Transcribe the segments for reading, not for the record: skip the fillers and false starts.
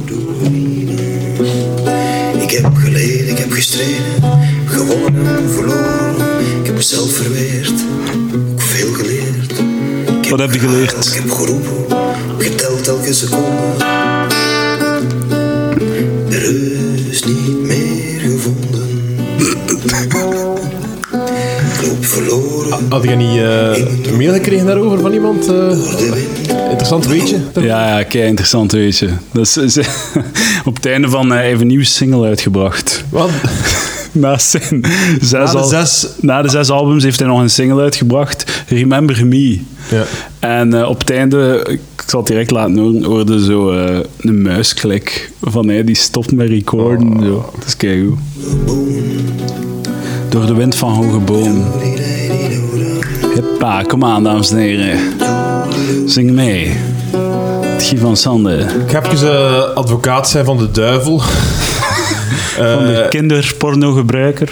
Ik heb geleden, ik heb gestreden, gewonnen en verloren. Ik heb mezelf verweerd, ook veel geleerd. Wat heb je geleerd? Ik heb geroepen, geteld elke seconde. Er is niet meer gevonden. Ik loop verloren. Had je niet een mail gekregen daarover van iemand? Interessant weetje? Ja, kei interessant weetje. Dat is op het einde van even een nieuwe single uitgebracht. Wat? Na de 6 albums heeft hij nog een single uitgebracht, Remember Me. Ja. En op het einde, ik zal het direct laten horen, hoorde zo een muisklik van hij die stopt met recorden. Zo. Dat is keigoed. Door de wind van hoge boom. Hippa, kom aan dames en heren. Zing mee. Het Guy van Sande. Ik heb even advocaat zijn van de duivel. Van de kinderpornogebruiker.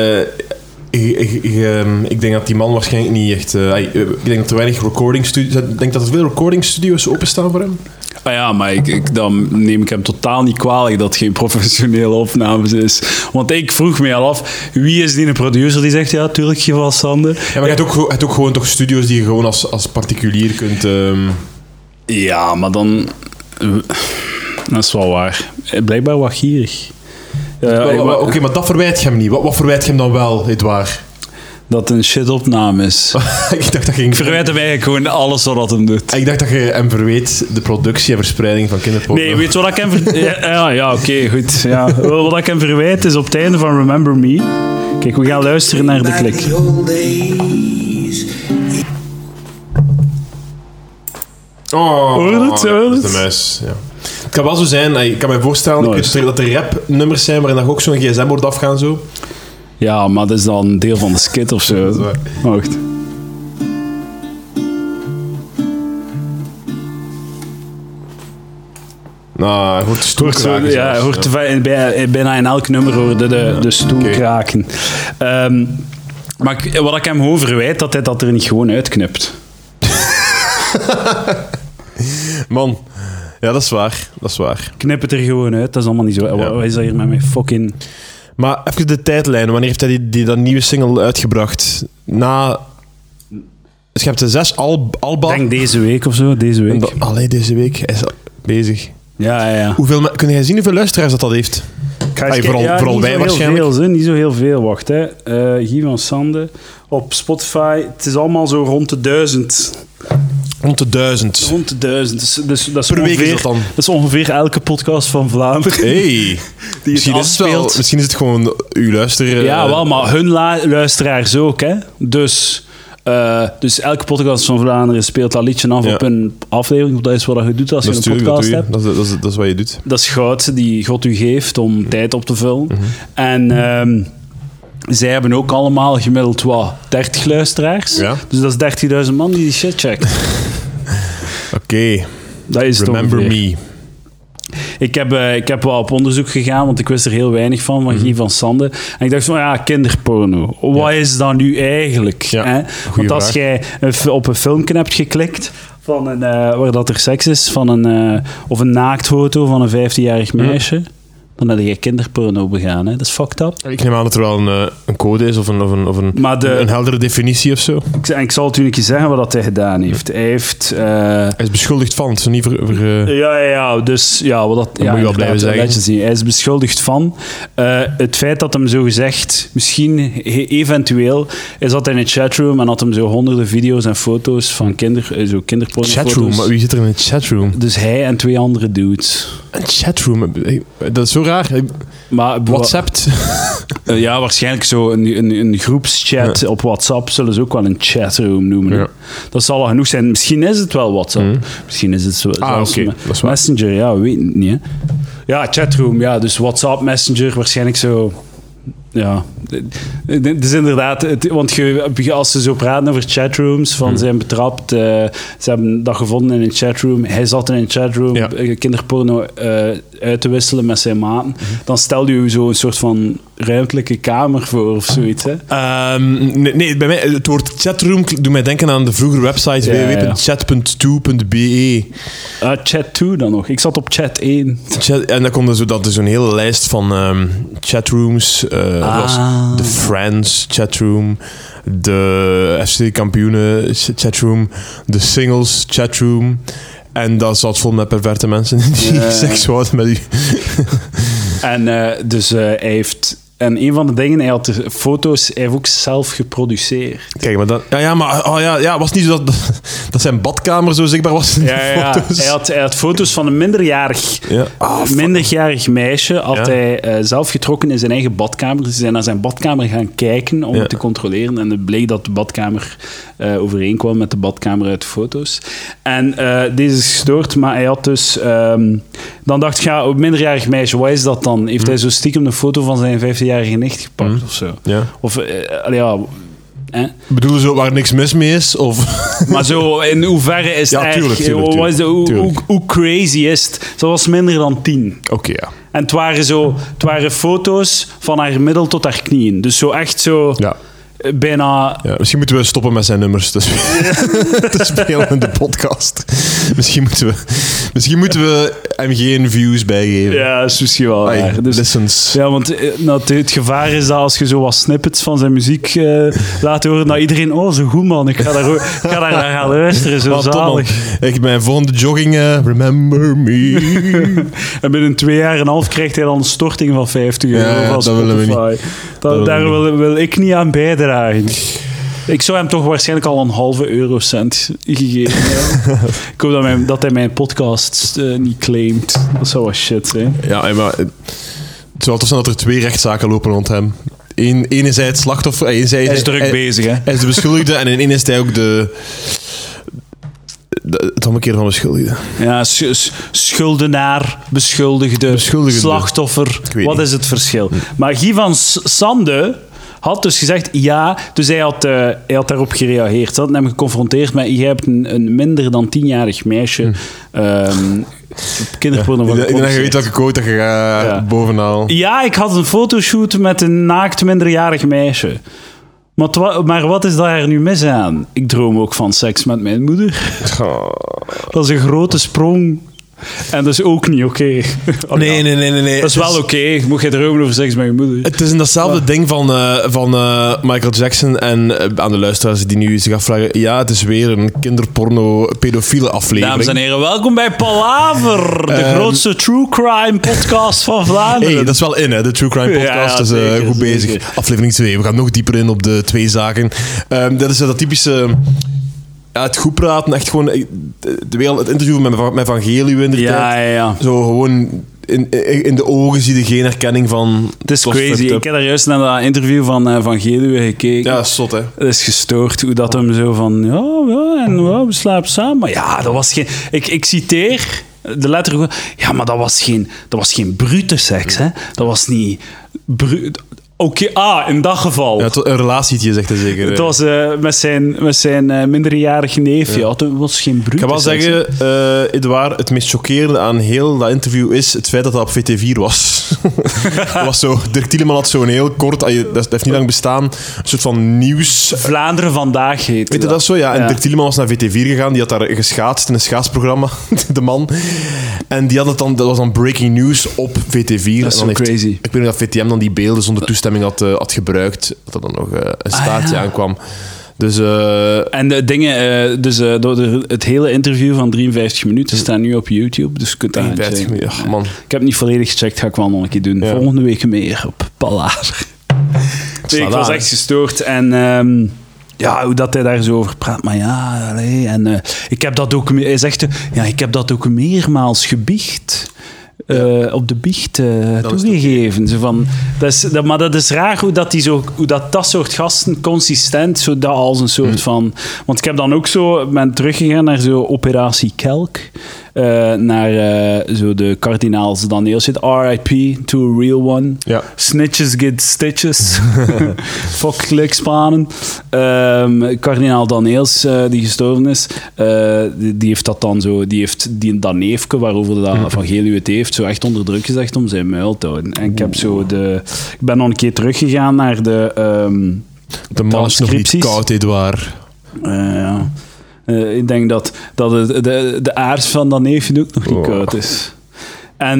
Ik denk dat die man waarschijnlijk niet echt... ik denk dat er weinig recordingstudio's... Ik denk dat er veel recordingstudio's openstaan voor hem. Ah ja, maar dan neem ik hem totaal niet kwalijk dat het geen professionele opnames is. Want ik vroeg me al af, wie is die een producer die zegt, ja, tuurlijk, Guy van Sande. Ja, maar je hebt ook gewoon toch studio's die je gewoon als particulier kunt... Ja, maar dan... Dat is wel waar. Blijkbaar wat gierig. Oké, maar dat verwijt je hem niet. Wat verwijt je hem dan wel, Edouard? Dat het een shit-opname is. Ik dacht dat je... Ik verwijt hem eigenlijk gewoon alles wat hem doet. Ik dacht dat je hem verweet de productie en verspreiding van kinderporno. Nee, weet je wat ik hem verwijt? Ja, oké, goed. Ja. Wat ik hem verwijt is op het einde van Remember Me. Kijk, we gaan luisteren naar de klik. Hoor het? Dat is de muis, ja. Het kan wel zo zijn, ik kan me voorstellen dat er rapnummers zijn waarin dat ook zo'n gsm wordt afgaan zo. Ja, maar dat is dan een deel van de skit of zo. Dat is waar. Wacht. Nou, je hoort de stoel kraken. Ja, je hoort bijna in elk nummer hoorde de stoel kraken. Maar wat ik hem gewoon verwijt, dat hij dat er niet gewoon uitknipt. Man, ja, dat is waar. Dat is waar. Knip het er gewoon uit, dat is allemaal niet zo. Ja. Wat is dat hier met mijn fucking... Maar even de tijdlijn. Wanneer heeft hij dat nieuwe single uitgebracht? Dus je hebt de 6 alba... Ik denk deze week of zo, deze week. Allee, deze week. Hij is bezig. Ja. Kun jij zien hoeveel luisteraars dat heeft? Vooral wij waarschijnlijk. Niet zo heel veel, wacht. Hè. Guy van Sande op Spotify. Het is allemaal zo rond de 1000. Rond de 1000. Rond de 1000. Dus dat is per ongeveer, week is dat dan? Dat is ongeveer elke podcast van Vlaanderen. Hey. Misschien is het gewoon uw luisteren. Ja, wel, maar hun luisteraars ook. Hè. Dus elke podcast van Vlaanderen speelt dat liedje af op een aflevering. Dat is wat je doet als je een podcast hebt. Dat is wat je doet. Dat is goud die God u geeft om tijd op te vullen. Mm-hmm. En... zij hebben ook allemaal gemiddeld 30 luisteraars. Ja? Dus dat is 30.000 man die shit checkt. Oké. Dat is Remember Me. Ik heb wel op onderzoek gegaan, want ik wist er heel weinig van Guy van Sande. En ik dacht van, kinderporno. Wat is dat nu eigenlijk? Ja, hè? Want als jij op een filmpje hebt geklikt... van waar dat er seks is, of een naaktfoto van een 15-jarig meisje... Dan heb je kinderporno begaan. Hè? Dat is fucked up. Ik neem aan dat er wel een code is of een heldere definitie of zo. Ik zal het u een keer zeggen wat hij gedaan heeft. Hij is beschuldigd van. Zo niet Ja, dus ja, wat dat moet je wel blijven zeggen. Hij is beschuldigd van het feit dat hem zo gezegd, misschien eventueel, is dat in een chatroom en had hem zo honderden video's en foto's van kinderporno. Chatroom? Maar wie zit er in een chatroom? Dus hij en 2 andere dudes. Een chatroom? Dat is zo raar. Maar WhatsApp? Ja, waarschijnlijk zo een groepschat op WhatsApp zullen ze ook wel een chatroom noemen. Ja. Dat zal al genoeg zijn. Misschien is het wel WhatsApp. Misschien is het zelfs Messenger. Ja, we weten het niet. Hè. Ja, chatroom. Ja, dus WhatsApp, Messenger, waarschijnlijk zo... Ja, het is inderdaad... Want als ze zo praten over chatrooms, van zijn betrapt, ze hebben dat gevonden in een chatroom, hij zat in een chatroom, kinderporno uit te wisselen met zijn maten, dan stelde je zo een soort van ruimtelijke kamer voor of zoiets, hè? Nee, bij mij, het woord chatroom doet mij denken aan de vroegere website www.chat.to.be. Chat2 dan nog. Ik zat op chat 1. En dan kon dat is zo'n hele lijst van chatrooms. De Friends chatroom, de FC Kampioenen chatroom, de Singles chatroom. En dat zat vol met perverte mensen die seks hadden met u. En dus hij heeft... En een van de dingen, hij had de foto's hij heeft ook zelf geproduceerd. Kijk, maar dat... Ja, was niet zo dat zijn badkamer zo zichtbaar was in de foto's. Hij had foto's van een minderjarig meisje had hij zelf getrokken in zijn eigen badkamer. Ze zijn naar zijn badkamer gaan kijken om het te controleren. En het bleek dat de badkamer overeenkwam met de badkamer uit de foto's. En deze is gestoord, maar hij had dus... dan dacht ik, een minderjarig meisje, wat is dat dan? Heeft hij zo stiekem een foto van zijn 15-jarige nicht gepakt of zo? Ja. Of, bedoel je zo waar niks mis mee is? Of? Maar zo, in hoeverre is het tuurlijk. Hoe crazy is het? Ze was minder dan 10. Oké, ja. En het waren foto's van haar middel tot haar knieën. Dus zo echt zo... Ja. Bijna... Ja, misschien moeten we stoppen met zijn nummers te spelen in de podcast. Misschien moeten we hem geen views bijgeven. Ja, dat is misschien wel waar. Dus, listens. Ja, want het gevaar is dat als je zo wat snippets van zijn muziek laat horen, dat iedereen, zo goed man, ik ga daar naar gaan luisteren, zo zalig. Ik mijn volgende jogging, remember me. En binnen 2 jaar en half krijgt hij dan een storting van €50 van Spotify. Willen we niet. Daar wil ik niet aan bijdragen. Ik zou hem toch waarschijnlijk al een halve eurocent gegeven hebben. Ik hoop dat hij mijn podcast niet claimt. Dat zou wel shit zijn. Ja, maar het zou toch zijn dat er 2 rechtszaken lopen rond hem. Eén is hij het slachtoffer. Hij is druk bezig, hè? Hij is de beschuldigde en in één is hij ook het omgekeerde van beschuldigde. Ja, schuldenaar, beschuldigde, slachtoffer. Wat is het verschil? Maar Guy van Sande had dus gezegd, dus hij had daarop gereageerd. Ze hadden hem geconfronteerd met, je hebt een minder dan 10-jarig meisje kinderporno. Ik denk dat je weet welke quote dat je gaat bovenhaal. Ja, ik had een fotoshoot met een naakt minderjarig meisje. Maar wat is daar nu mis aan? Ik droom ook van seks met mijn moeder. Dat is een grote sprong. En dat is ook niet oké. Nee. Dat is wel oké. Moet je dromen over seks met je moeder. Het is in datzelfde ding van Michael Jackson en aan de luisteraars die nu zich afvragen, het is weer een kinderporno-pedofiele aflevering. Dames en heren, welkom bij Palaver, de grootste true crime podcast van Vlaanderen. Hey, dat is wel hè? De true crime podcast is zeker, goed bezig. Zeker. Aflevering 2, we gaan nog dieper in op de 2 zaken. Dat is dat typische... het goed praten, echt gewoon... Het interview met Van Geliu in de tijd. Ja. Zo gewoon... In de ogen zie je geen herkenning van... Het is crazy. Ik heb daar juist naar dat interview van Geliu gekeken. Ja, zot, hè. Het is gestoord hoe dat hem zo van... we slapen samen. Maar ja, dat was geen... Ik citeer de letter... Ja, maar dat was geen brute seks, hè. Dat was niet... Oké, in dat geval. Ja, een relatietje, zegt hij zeker. Het was met zijn minderjarige neef. Ja, het was geen brute. Ik ga wel zeggen, Edouard, het meest chockerende aan heel dat interview is het feit dat dat op VT4 was. Dat was zo... Dirk Tieleman had zo'n heel kort... Dat heeft niet lang bestaan. Een soort van nieuws... Vlaanderen Vandaag heet Weet je dat zo? Ja. En Dirk Tieleman was naar VT4 gegaan. Die had daar geschaatst in een schaatsprogramma. De man. En die had het dan... Dat was dan breaking news op VT4. Dat is zo crazy. Ik weet niet dat VTM dan die beelden zonder toestemming had gebruikt, dat er dan nog een staartje aankwam. Dus, en de dingen, het hele interview van 53 minuten staat nu op YouTube, dus je kunt daar 53 minuten, man. Ik heb het niet volledig gecheckt, ga ik wel nog een keer doen. Ja. Volgende week meer op Palaver. Ik was echt gestoord en... hoe dat hij daar zo over praat. Maar ik heb dat ook... Hij zegt, ik heb dat ook meermaals gebiecht. Op de biecht toegegeven. Zo van, maar dat is raar hoe dat soort gasten consistent zo dat als een soort van... Want ik heb dan ook ben teruggegaan naar zo Operatie Kelk. naar zo de kardinaals Daniels zit. R.I.P. to a real one. Ja. Snitches get stitches. Fuck klikspanen. Kardinaal Daniels, die gestorven is, die heeft dat dan zo, dat neefje waarover dat evangelie het heeft, zo echt onder druk gezegd om zijn muil te houden. En ik heb zo ik ben nog een keer teruggegaan naar de man is nog niet koud, Edouard. Ja. Ik denk dat de aard van dat neefje ook nog niet koud is. En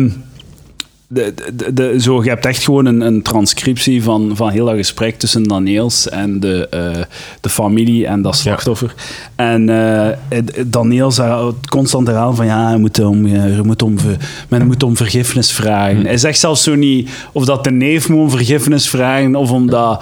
zo, je hebt echt gewoon een transcriptie van heel dat gesprek tussen Daniels en de familie en dat slachtoffer. Ja. En Daniels constant herhalen van ja, men moet om vergiffenis vragen. Hij zegt zelfs zo niet of dat de neef moet om vergiffenis vragen of omdat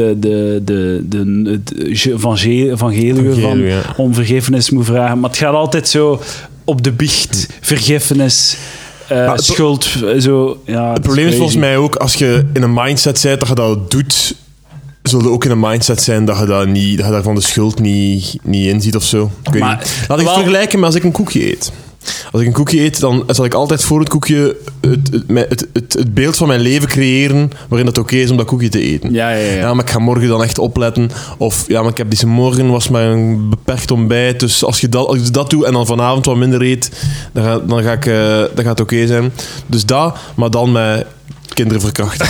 de evangelie om vergiffenis moet vragen. Maar het gaat altijd zo op de biecht, vergiffenis... schuld, zo... Ja, het probleem is volgens mij ook, als je in een mindset bent dat je dat doet, zul je ook in een mindset zijn dat je daarvan de schuld niet inziet of zo. Ik weet niet. Laat ik het vergelijken met als ik een koekje eet. Als ik een koekje eet, dan zal ik altijd voor het koekje het beeld van mijn leven creëren waarin het oké is om dat koekje te eten. Ja, maar ik ga morgen dan echt opletten. Of ja, maar ik heb deze morgen was maar een beperkt ontbijt. Dus als je dat doet en dan vanavond wat minder eet, dan gaat het oké zijn. Dus dat, maar dan met kinderen verkrachten.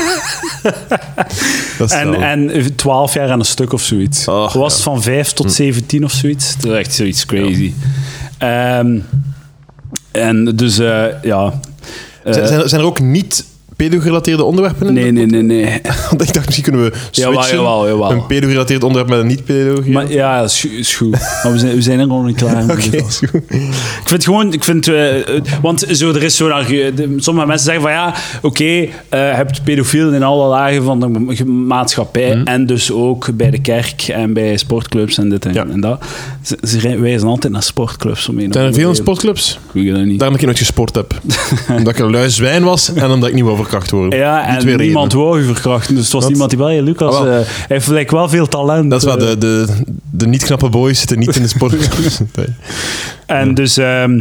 en 12 jaar aan een stuk of zoiets. Was het van 5 tot 17 of zoiets? Dat is echt zoiets crazy. Ja. En dus, ja... Zijn er ook niet pedo-gerelateerde onderwerpen? Nee. Want ik dacht, misschien kunnen we switchen. Jawel. Een pedo-gerelateerd onderwerp met een niet-pedo. Ja, is goed. Maar we zijn er nog niet klaar mee. Oké, is goed. Ik vind want zo, er is zo... Sommige mensen zeggen van ja, oké, je hebt pedofielen in alle lagen van de maatschappij en dus ook bij de kerk en bij sportclubs en dit en dat. Ze wijzen altijd naar sportclubs. Zijn er veel sportclubs? Ik weet het niet. Daarom dat ik nooit gesport heb. Omdat ik een lui zwijn was en omdat ik niet wou verkracht worden. Ja, en niemand wou je verkrachten. Dus het was iemand die wel... Lucas, hij heeft lijkt wel veel talent. Dat is wel de niet knappe boys zitten niet in de sportclubs. En dus...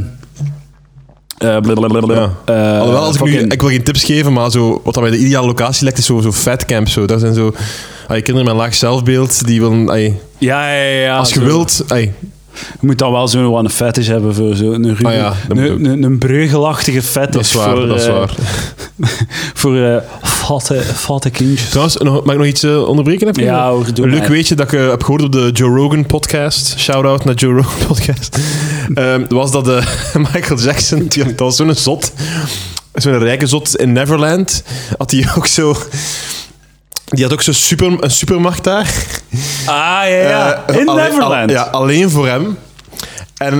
Alhoewel, als ik wil geen tips geven, maar zo, wat dat bij de ideale locatie lijkt, is zo fatcamp. Zo. Daar zijn zo kinderen met een laag zelfbeeld die willen... Ja. Als je wilt... Je moet dan wel zo'n fetish hebben voor een breugelachtige fetish. Dat is waar. Voor vatte kindjes. Trouwens, mag ik nog iets onderbreken? Ja, een leuk weetje dat ik heb gehoord op de Joe Rogan podcast. Shout-out naar Joe Rogan podcast. Was dat Michael Jackson, dat was zo'n zot. Zo'n rijke zot in Neverland. Had hij ook zo... Die had ook een supermarkt daar. Ja. In Neverland. Alleen voor hem. En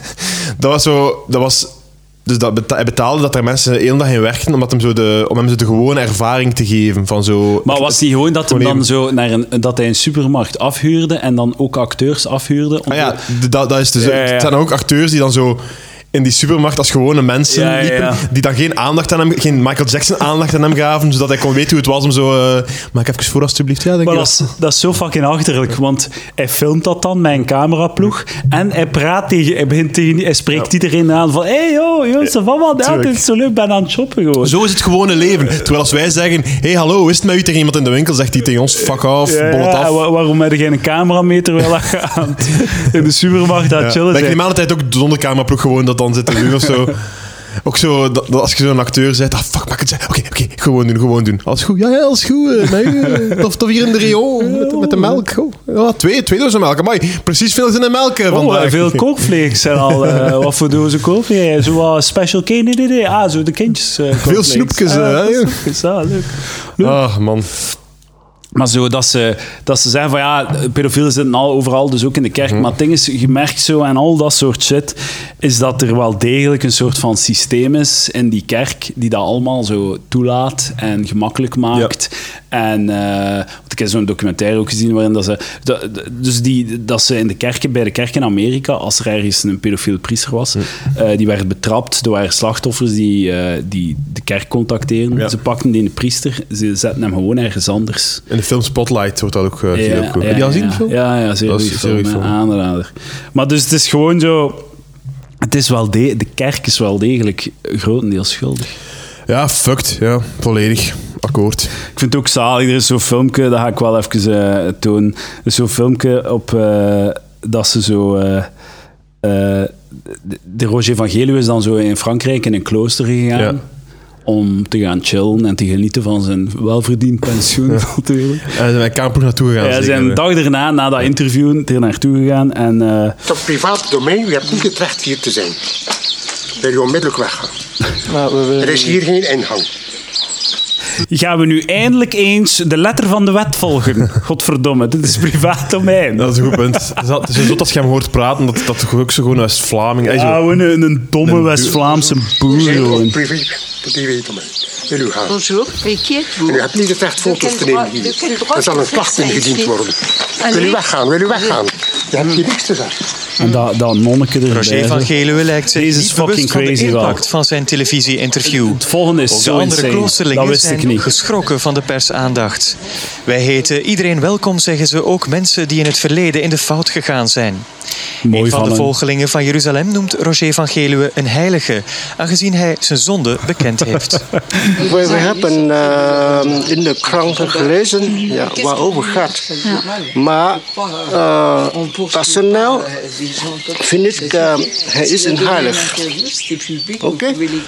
dus hij betaalde dat er mensen de hele dag in werkten om hem zo de gewone ervaring te geven. Van zo, maar was die gewoon dat hij dan zo dat hij een supermarkt afhuurde en dan ook acteurs afhuurde? Dat is dus... Het zijn ook acteurs die dan zo... in die supermarkt als gewone mensen liepen, die dan geen Michael Jackson aandacht aan hem gaven, zodat hij kon weten hoe het was om zo... Mag ik even voor, alsjeblieft? Ja, maar dat is zo fucking achterlijk, want hij filmt dat dan met een cameraploeg en hij praat hij spreekt iedereen aan van hey, het is zo leuk, ik ben aan het shoppen gewoon. Zo is het gewone leven. Terwijl als wij zeggen, hey, hallo, is het met u tegen iemand in de winkel, zegt hij tegen ons, fuck off, bollet af. Waarom heb je geen camerameter wel aan in de supermarkt aan het chillen zijn? Ik neem aan dat hij het ook zonder cameraploeg gewoon dat dan zit te doen of zo. Ook zo, dat als je zo'n acteur zegt, fuck, maak het zeggen. Oké, gewoon doen. Alles goed? Ja, alles goed. Tof hier in de rayon met de melk. Ja, twee dozen melk. Amai, precies veel zin in melk vandaag. Veel kookvlees zijn al. Wat voor dozen kookvlees? Zo special K? Nee. Zo de kindjes. Veel snoepjes. Leuk. Ah, man. Maar zo dat ze zeggen van ja, pedofielen zitten overal, dus ook in de kerk. Maar het ding is, je merkt zo en al dat soort shit, is dat er wel degelijk een soort van systeem is in die kerk die dat allemaal zo toelaat en gemakkelijk maakt. Ja. En want ik heb zo'n documentaire ook gezien waarin dat ze in de kerken, bij de kerk in Amerika, als er ergens een pedofiel priester was, die werd betrapt. Er waren slachtoffers die de kerk contacteerden. Ja. Ze pakten die priester, ze zetten hem gewoon ergens anders. In de film Spotlight wordt dat ook goed. Heb je al gezien, die film? Ja, zeer goed film. Aanrader. Maar dus het is gewoon zo... Het is wel de kerk is wel degelijk grotendeels schuldig. Ja, fucked. Ja, volledig. Akkoord. Ik vind het ook zalig. Er is zo'n filmpje, dat ga ik wel even tonen. Er is zo'n filmpje op dat ze zo... de Roger van Geluwe is dan zo in Frankrijk in een klooster gegaan. Om te gaan chillen en te genieten van zijn welverdiend pensioen natuurlijk. En zijn wij kamerploeg naartoe gegaan. Ja, ze zijn een dag erna, na dat interview, er naartoe gegaan. En, Op privaat domein, u hebt niet het recht hier te zijn. Wil u onmiddellijk weggaan. Er is hier geen ingang. Gaan we nu eindelijk eens de letter van de wet volgen? Godverdomme, dit is privaat domein. Dat is een goed punt. Het is zo dat je hem hoort praten, dat ook zo gewoon West-Vlaming... Ja, een domme West-Vlaamse boer. Op privé domein. Wil u gaan. Bonjour, inquiète-vous. En u hebt niet het recht foto's te nemen hier. Er zal een klacht ingediend worden. Wil u weggaan, wil u weggaan. Je hebt hier niks te zeggen. En dat nonneke erbij. Roger van Geluwe lijkt zich Deze is niet bewust van de crazy impact van zijn televisie-interview. Het volgende is Ook de zo andere insane. kloosterlingen Dat wist ik zijn niet. geschrokken van de persaandacht. Wij heten iedereen welkom, zeggen ze, ook mensen die in het verleden in de fout gegaan zijn. Mooi Een van de hem. volgelingen van Jeruzalem noemt Roger van Geluwe een heilige, aangezien hij zijn zonde bekend heeft. We hebben in de kranten gelezen waarover het gaat. Maar personeel vind ik, hij is een heilig. Oké?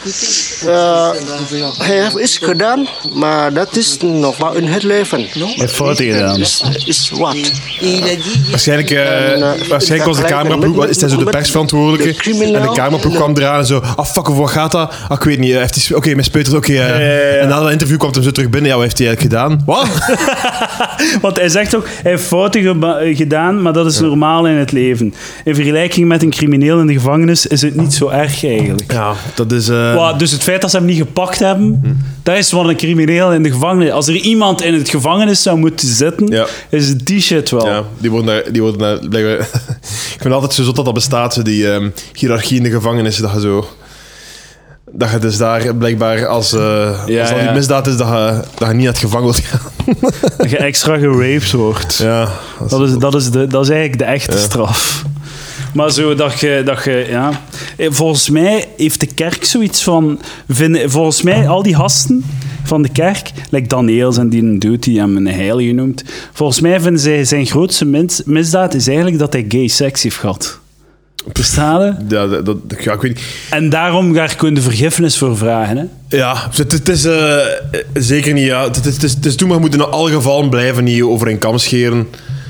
Hij heeft iets gedaan, maar dat is nog wel in het leven. Hij heeft fouten gedaan. Is wat. Waarschijnlijk was de cameraploeg, is hij zo de persverantwoordelijke, en de cameraploeg kwam eraan en zo, fuck, over wat gaat dat? Ik weet niet, oké, mijn speuters, oké. En na dat interview kwam hij zo terug binnen, wat heeft hij eigenlijk gedaan? Wat? Want hij zegt ook, hij heeft fouten gedaan, maar dat is normaal in het leven. In vergelijking met een crimineel in de gevangenis is het niet zo erg eigenlijk. Ja, dat is... Dus het feit dat ze hem niet gepakt hebben, dat is wat een crimineel in de gevangenis... Als er iemand in het gevangenis zou moeten zitten, is het die shit wel. Ja, die worden daar blijkbaar... Ik vind altijd zo zot dat bestaat, zo die hiërarchie in de gevangenis, dat je dus daar blijkbaar als dat die misdaad is, dat je niet naar het gevangen wilt gaan. Dat je extra geraped wordt. Ja, Dat is eigenlijk de echte straf. Maar zo dat je ja... Volgens mij heeft de kerk zoiets van... Volgens mij, al die gasten van de kerk, like Daniels en die dude die hem een heilige noemt, volgens mij vinden zij zijn grootste misdaad is eigenlijk dat hij gay seks heeft gehad. Verstaan je? Ja, ik weet niet. En daarom ga ik de vergiffenis voor vragen. Hè? Ja, het is zeker niet... Ja. Het is toen, maar we moeten in alle gevallen blijven niet over een kam scheren.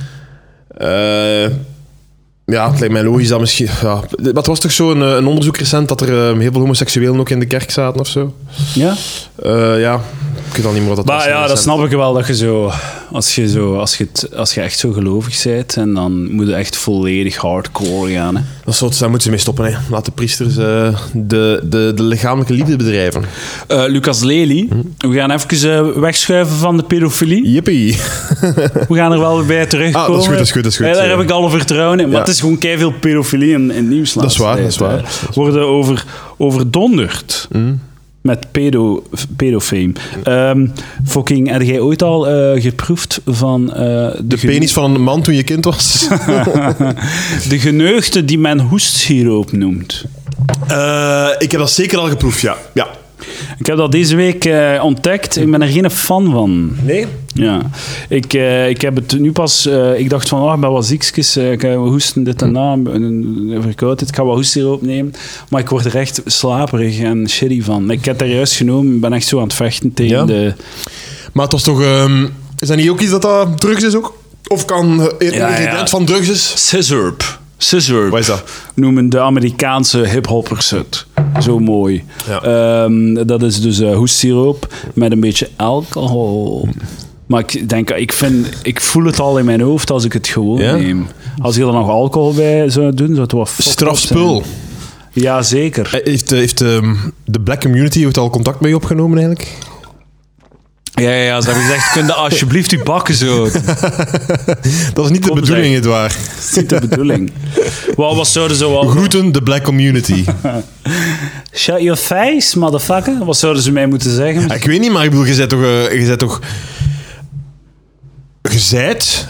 Ja, het lijkt mij logisch dat misschien... Ja. Maar het was toch zo een onderzoek recent dat er heel veel homoseksuelen ook in de kerk zaten of zo? Ja? Ja, ik weet al niet meer wat dat was. Maar ja, dat snap ik wel, dat je zo... Als je echt zo gelovig bent, en dan moet je echt volledig hardcore gaan. Hè. Dat soort, daar moeten ze mee stoppen. Hè. Laat de priesters de lichamelijke liefde bedrijven. Lucas Lely, we gaan even wegschuiven van de pedofilie. Jippie. We gaan er wel weer bij terugkomen. Dat is goed. Ja, daar heb ik alle vertrouwen in. Maar het is gewoon keiveel pedofilie in Nieuwsland. Dat is waar. Worden overdonderd. Met pedofame. Fucking, heb jij ooit al geproefd van... de penis van een man toen je kind was? De geneugde die men hoestsiroop noemt. Ik heb dat zeker al geproefd, ja. Ik heb dat deze week ontdekt. Ik ben er geen fan van. Nee? Ja. Ik heb het nu pas... ik dacht van, ik ben wat ziekjes. Ik ga hoesten, dit en dat. Een verkoudheid. Ik ga wat hoestsiroop nemen. Maar ik word er echt slaperig en shitty van. Ik heb het er juist genomen. Ik ben echt zo aan het vechten tegen de... Maar het was toch... is dat niet ook iets dat drugs is ook? Of kan een ingrediënt van drugs is? Scissorp. Wat is dat? Noemen de Amerikaanse hiphoppers het. Zo mooi. Ja. Dat is dus hoestsiroop met een beetje alcohol. Maar ik denk, ik voel het al in mijn hoofd als ik het gewoon neem. Als je er nog alcohol bij zou doen, zou het wat strafspul. Ja, zeker. Heeft de black community al contact met je opgenomen eigenlijk? Ja, ze hebben gezegd, kun je alsjeblieft uw bakken zo... Dat is niet de bedoeling, Edouard. Dat is niet de bedoeling. Wat zouden ze wel... Groeten de black community. Shut your face, motherfucker. Wat zouden ze mij moeten zeggen? Ik weet niet, maar ik bedoel, je bent toch... Je zijt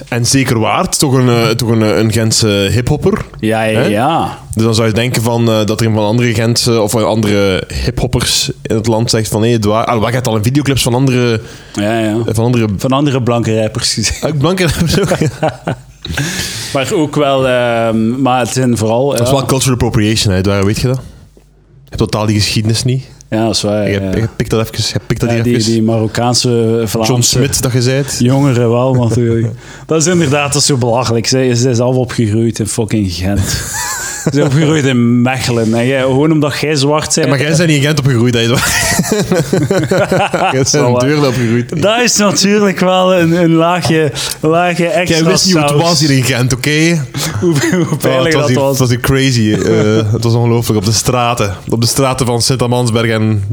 En zeker waard, toch een Gentse hiphopper. Ja. Dus dan zou je denken dat er een van andere Gentse of andere hiphoppers in het land zegt van hé, Edouard... Waar gaat al een videoclips van andere... Ja. Van andere blanke rappers gezien. Blanke rappers ook, Maar ook wel... maar het zijn vooral... Dat is wel cultural appropriation, hè, Edouard, weet je dat? Je hebt totaal die geschiedenis niet. Ja, dat is waar. Je pikt dat even. Die Marokkaanse Vlaamse... John Smith, dat je zei. Jongeren wel, natuurlijk. Dat is inderdaad dat is zo belachelijk. Ze is zelf opgegroeid in fucking Gent. Ze is opgegroeid in Mechelen. En jij, gewoon omdat jij zwart bent... Ja, maar jij bent niet in Gent opgegroeid, hè? Jij bent in Deurne opgegroeid. Dat is natuurlijk wel een laagje extra. Jij wist niet hoe het was hier in Gent, oké? Hoe pijnlijk dat was. Het was hier crazy. Het was ongelooflijk. Op de straten van Sint-Amansberg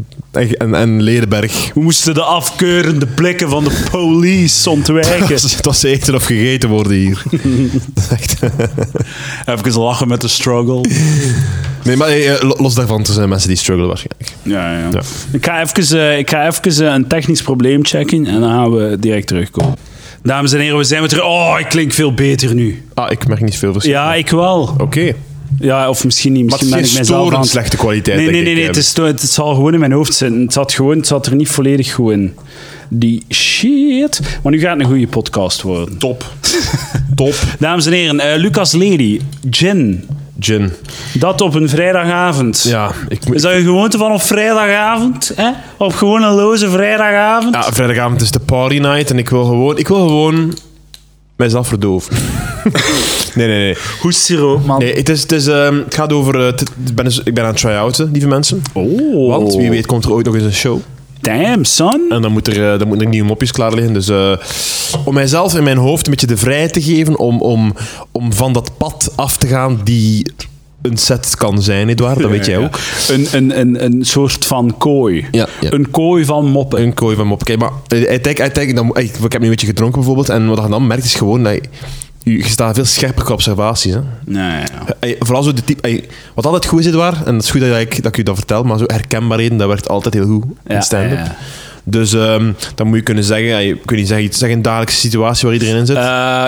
en Ledenberg. We moesten de afkeurende blikken van de police ontwijken. Het was eten of gegeten worden hier. Echt. Even lachen met de struggle. Nee, maar los daarvan, er zijn mensen die struggelen waarschijnlijk. Ja. Ik ga even een technisch probleem checken en dan gaan we direct terugkomen. Dames en heren, we zijn weer terug. Oh, ik klink veel beter nu. Ik merk niet veel verschil. Ja, ik wel. Oké. Ja, of misschien niet. Misschien maar het ben is ik mezelf aan slechte kwaliteit. Nee. Het zal gewoon in mijn hoofd zitten. Het zat er niet volledig goed in. Die shit. Maar nu gaat het een goede podcast worden. Top. Dames en heren, Lucas Lely, Gin. Dat op een vrijdagavond. Ja. Is dat je gewoonte van op vrijdagavond? Hè? Op gewoon een loze vrijdagavond? Ja, vrijdagavond is de party night en ik wil gewoon mijzelf verdoven. Nee. Goed siroop, man. Nee, het gaat over... ik ben aan het try-outen, lieve mensen. Oh. Want wie weet komt er ooit nog eens een show. Damn, son. En dan moeten er nieuwe mopjes klaar liggen. Dus om mijzelf in mijn hoofd een beetje de vrijheid te geven om van dat pad af te gaan die een set kan zijn, Edouard. Dat weet jij ook. Een soort van kooi. Ja. Een kooi van moppen. Een kooi van moppen. Kijk, maar ik heb nu een beetje gedronken bijvoorbeeld. En wat je dan merkt is gewoon dat je staat veel scherper qua observaties. Hè? Nee. Vooral zo de type... wat altijd goed is, Edouard, en het is goed dat ik u dat vertel, maar zo herkenbaarheden, dat werkt altijd heel goed in stand-up. Ja. Dus dan moet je kunnen zeggen... zeg een dagelijkse situatie waar iedereen in zit.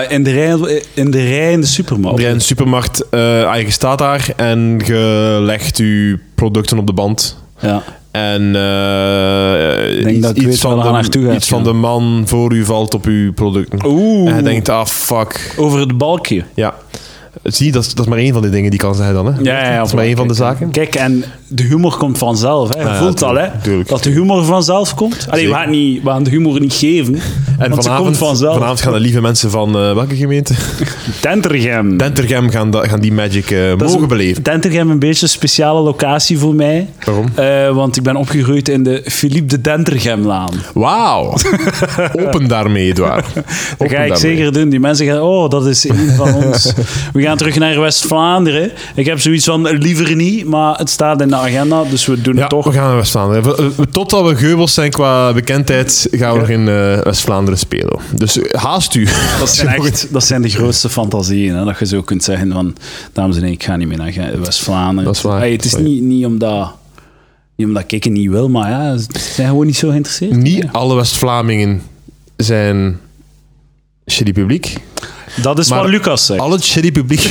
In de rij in de supermarkt. In de supermarkt. Je staat daar en je legt je producten op de band. Ja. En iets van de man voor u valt op uw producten. Oeh. En je denkt, fuck. Over het balkje. Ja. Zie, dat is maar één van die dingen die kan zeggen dan. Hè? Ja, dat is maar één van de zaken. Kijk, en de humor komt vanzelf. Hè. Je voelt al, hè? Tuurlijk. Dat de humor vanzelf komt. Allee, we gaan de humor niet geven. En vanavond gaan de lieve mensen van welke gemeente? Dentergem gaan die magic mogen beleven. Dentergem een beetje een speciale locatie voor mij. Waarom? Want ik ben opgegroeid in de Philippe de Dentergemlaan. Wauw. Open daarmee, Edouard. Dat ga ik zeker doen. Die mensen gaan, dat is een van ons. We gaan terug naar West-Vlaanderen. Ik heb zoiets van, liever niet, maar het staat in de agenda, dus we doen het toch. We gaan naar West-Vlaanderen. Totdat we geubels zijn qua bekendheid, gaan we nog in West-Vlaanderen spelen. Dus haast u. Dat zijn de grootste fantasieën, hè, dat je zo kunt zeggen van, dames en heren, ik ga niet meer naar West-Vlaanderen. Dat is waar. Het is niet omdat ik het niet wil, maar ja, ze zijn gewoon niet zo geïnteresseerd. Niet alle West-Vlamingen zijn shitty publiek. Dat is wat Lucas zegt. Al het shitty publiek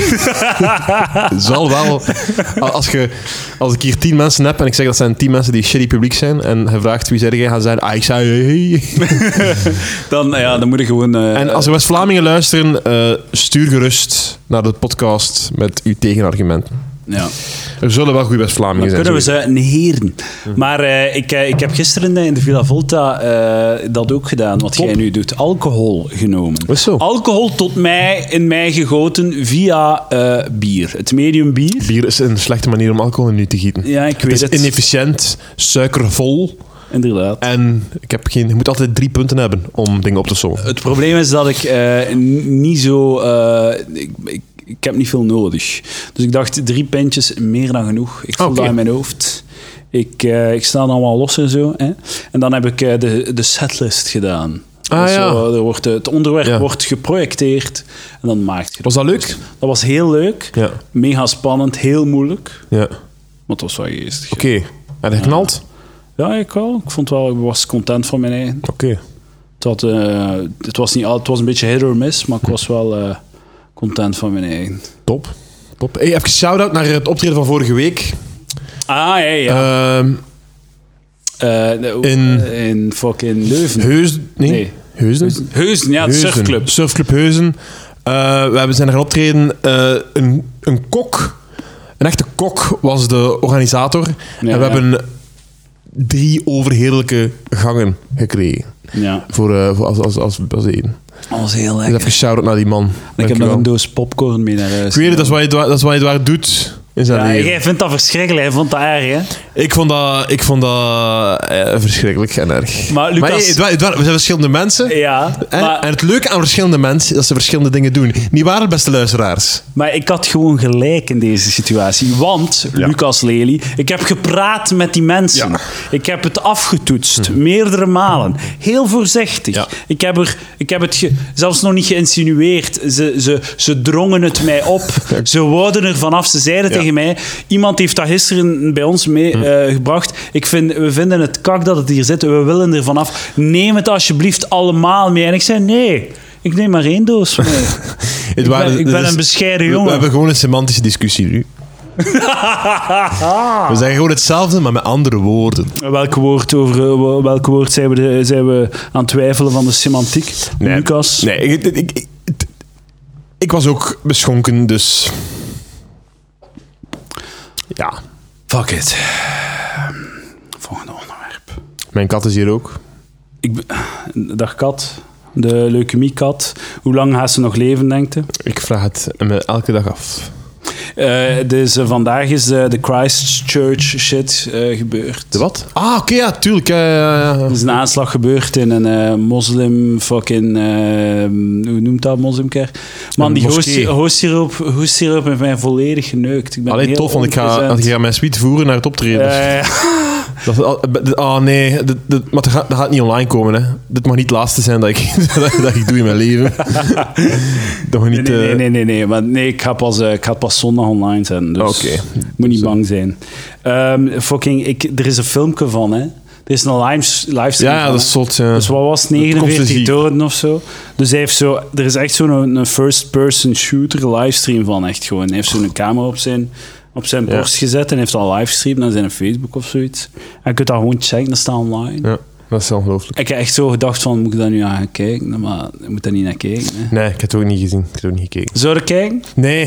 zal wel... Als ik hier 10 mensen heb en ik zeg dat zijn 10 mensen die shitty publiek zijn en je vraagt wie zeg jij, gaan zeggen, ik zei... Dan moet je gewoon... En als er West-Vlamingen luisteren, stuur gerust naar de podcast met uw tegenargumenten. Ja. Er zullen wel goede West-Vlamingen zijn. Kunnen we ze negeren. Maar ik heb gisteren in de Villa Volta dat ook gedaan, wat jij nu doet. Alcohol genomen. Is zo. Alcohol in mij gegoten via bier. Het medium bier. Bier is een slechte manier om alcohol in u te gieten. Ja, ik weet het. Het is inefficiënt, suikervol. Inderdaad. En je moet altijd 3 punten hebben om dingen op te sommen. Het probleem is dat ik niet zo... Ik heb niet veel nodig. Dus ik dacht, 3 pintjes, meer dan genoeg. Ik voel dat in mijn hoofd. Ik sta dan wel los en zo. Hè. En dan heb ik de setlist gedaan. Het onderwerp wordt geprojecteerd en dan maakt je. Was dat leuk? Dat was heel leuk. Ja. Mega spannend, heel moeilijk. Ja. Maar het was wel geestig. Oké. En het knalt? Ja, ik wel. Ik was content van mijn eigen. Oké. Het was een beetje hit or miss, maar ik was wel content van mijn eigen. Top. Hey, even shout-out naar het optreden van vorige week. Ja. In fucking Leuven. Heusden, ja, de surfclub. Surfclub Heusden. We zijn er gaan optreden. Een kok, een echte kok, was de organisator. Ja, en we hebben 3 overheerlijke gangen gekregen. Ja. Als eten. Dat was heel lekker. Dus even shout-out naar die man. Ik heb nog een doos popcorn mee naar huis. Ik weet het, dat is wat je daar doet. Jij vindt dat verschrikkelijk, hij vond dat erg, hè? Ik vond dat verschrikkelijk en erg. Maar Lucas... we zijn verschillende mensen. Ja, en het leuke aan verschillende mensen is dat ze verschillende dingen doen. Niet waar, beste luisteraars? Maar ik had gewoon gelijk in deze situatie. Want, Lucas Lely, ik heb gepraat met die mensen. Ja. Ik heb het afgetoetst. Meerdere malen. Heel voorzichtig. Ja. Ik heb het zelfs nog niet geïnsinueerd. Ze drongen het mij op. Ze wouden er vanaf. Ze zeiden tegen mij, iemand heeft dat gisteren bij ons meegebracht. We vinden het kak dat het hier zit. We willen er vanaf. Neem het alsjeblieft allemaal mee. En ik zei, nee, ik neem maar 1 doos mee. ik ben een bescheiden jongen. We hebben gewoon een semantische discussie nu. We zeggen gewoon hetzelfde, maar met andere woorden. Welk woord zijn we aan het twijfelen van de semantiek? Nee, Lucas? Nee, ik was ook beschonken, dus... Ja. Fuck it. Volgende onderwerp. Mijn kat is hier ook. Dag kat. De leukemie-kat. Hoe lang gaat ze nog leven, denkt u? Ik vraag het me elke dag af. Dus vandaag is de Christchurch shit gebeurd. De wat? Ah, oké, ja, tuurlijk. Er is een aanslag gebeurd in een moslim fucking... hoe noemt dat, moslimkerk? Man, die hoestsiroop heeft mij volledig geneukt. Allee, tof, want ik ga mijn suite voeren naar het optreden. Nee, maar dat gaat niet online komen. Hè. Dit mag niet het laatste zijn dat ik doe in mijn leven. Nee. Maar nee, ik ga pas zondag online zijn. Dus moet niet bang zijn. Er is een filmpje van, hè. Er is een livestream. Ja, dat is zot. Ja. Dus wat was het? 49 doden of zo. Dus hij heeft er is echt zo'n first-person shooter livestream van, echt gewoon. Hij heeft zo'n camera op zijn borst gezet en heeft al livestream naar zijn Facebook of zoiets. En je kunt dat gewoon checken, dat staat online. Ja, dat is ongelooflijk. Ik heb echt zo gedacht van, moet ik daar nu aan gaan kijken? Maar je moet daar niet naar kijken. Hè. Nee, ik heb het ook niet gezien. Ik heb het ook niet gekeken. Zou je kijken?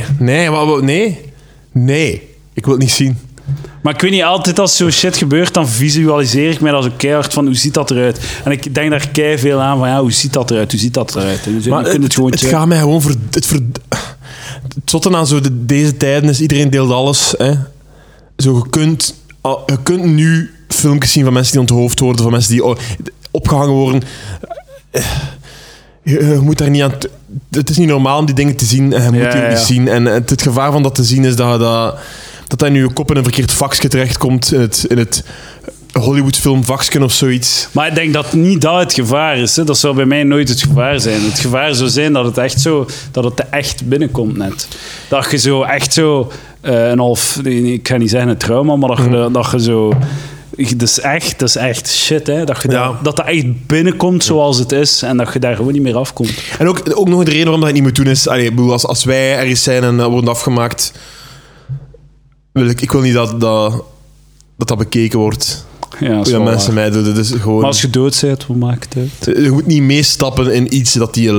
Nee. Ik wil het niet zien. Maar ik weet niet, altijd als zo'n shit gebeurt, dan visualiseer ik mij dat zo keihard van, hoe ziet dat eruit? En ik denk daar keihard veel aan van, hoe ziet dat eruit? En dus maar het gaat mij gewoon voor... Het zotte aan deze tijden is, iedereen deelt alles. Hè. Zo, je kunt nu filmpjes zien van mensen die onthoofd worden, van mensen die opgehangen worden. Je moet daar niet aan... Het is niet normaal om die dingen te zien en je moet die niet zien. En het gevaar van dat te zien is dat in je kop in een verkeerd vakje terechtkomt in het Hollywood-film vakje of zoiets. Maar ik denk dat niet dat het gevaar is. Hè. Dat zou bij mij nooit het gevaar zijn. Het gevaar zou zijn dat het echt binnenkomt net. Dat je zo echt zo een half... Ik ga niet zeggen een trauma, maar dat je zo... Dat is echt shit, hè. Dat echt binnenkomt zoals het is en dat je daar gewoon niet meer afkomt. En ook nog de reden waarom dat niet moet doen is... Als wij ergens zijn en worden afgemaakt... Ik wil niet dat bekeken wordt. Ja, hoe mensen mij doen. Dus gewoon, maar als je dood bent, wat maakt het uit? Je moet niet meestappen in iets dat die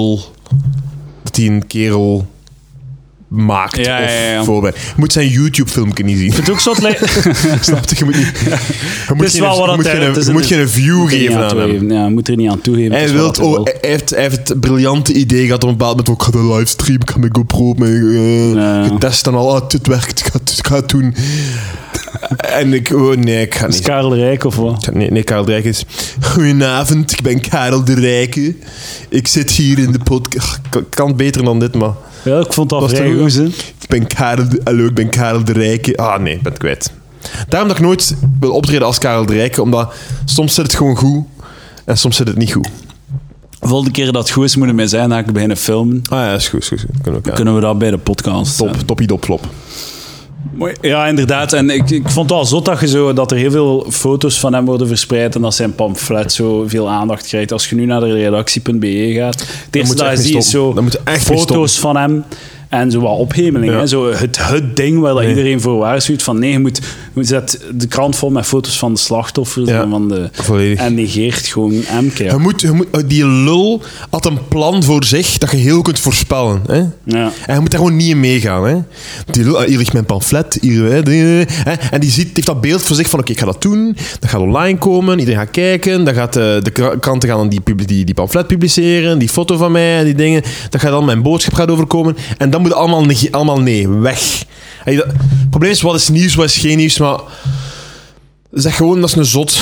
een kerel maakt of voorbij. Je moet zijn YouTube-filmpje niet zien. Het ook zo snap je? Je moet niet... Je moet geen view geven aan hem. Ja, je moet er niet aan toegeven. Hij heeft het briljante idee gehad op een bepaald moment. Ik ga de livestream, ik ga mijn GoPro getest en al. Dit werkt, ik ga het doen. En ik ga niet. Is Karel de Rijk of wat? Nee, Karel de Rijk is... Goedenavond, ik ben Karel de Rijke. Ik zit hier in de podcast... Ik kan het beter dan dit, maar... Ja, ik vond dat vrij goed, hè? Ik ben Karel de Rijke. Ah, nee, ik ben het kwijt. Daarom dat ik nooit wil optreden als Karel de Rijke, omdat soms zit het gewoon goed en soms zit het niet goed. De volgende keer dat het goed is, moet het mij zijn dat ik beginnen filmen. Ah ja, is goed. Kunnen we dat bij de podcast? Toppie dop flop. Ja, inderdaad. En ik vond het wel zot dat er heel veel foto's van hem worden verspreid en dat zijn pamflet zo veel aandacht krijgt. Als je nu naar de redactie.be gaat, het eerste dat je ziet is zo foto's van hem en zo wat ophemeling. Ja. Hè? Zo het ding waar dat iedereen voor waarschuwt van nee, je moet zet de krant vol met foto's van de slachtoffers en negeert gewoon MK. Die lul had een plan voor zich dat je heel kunt voorspellen. Hè? Ja. En je moet daar gewoon niet in meegaan. Hè? Die lul, hier ligt mijn pamflet. En die heeft dat beeld voor zich van oké, ik ga dat doen. Dat gaat online komen. Iedereen gaat kijken. Dan gaat de kranten gaan die pamflet publiceren. Die foto van mij en die dingen. Dat gaat dan mijn boodschap gaat overkomen. En dan moet allemaal nee, weg. Het probleem is, wat is nieuws, wat is geen nieuws, maar zeg gewoon, dat is een zot.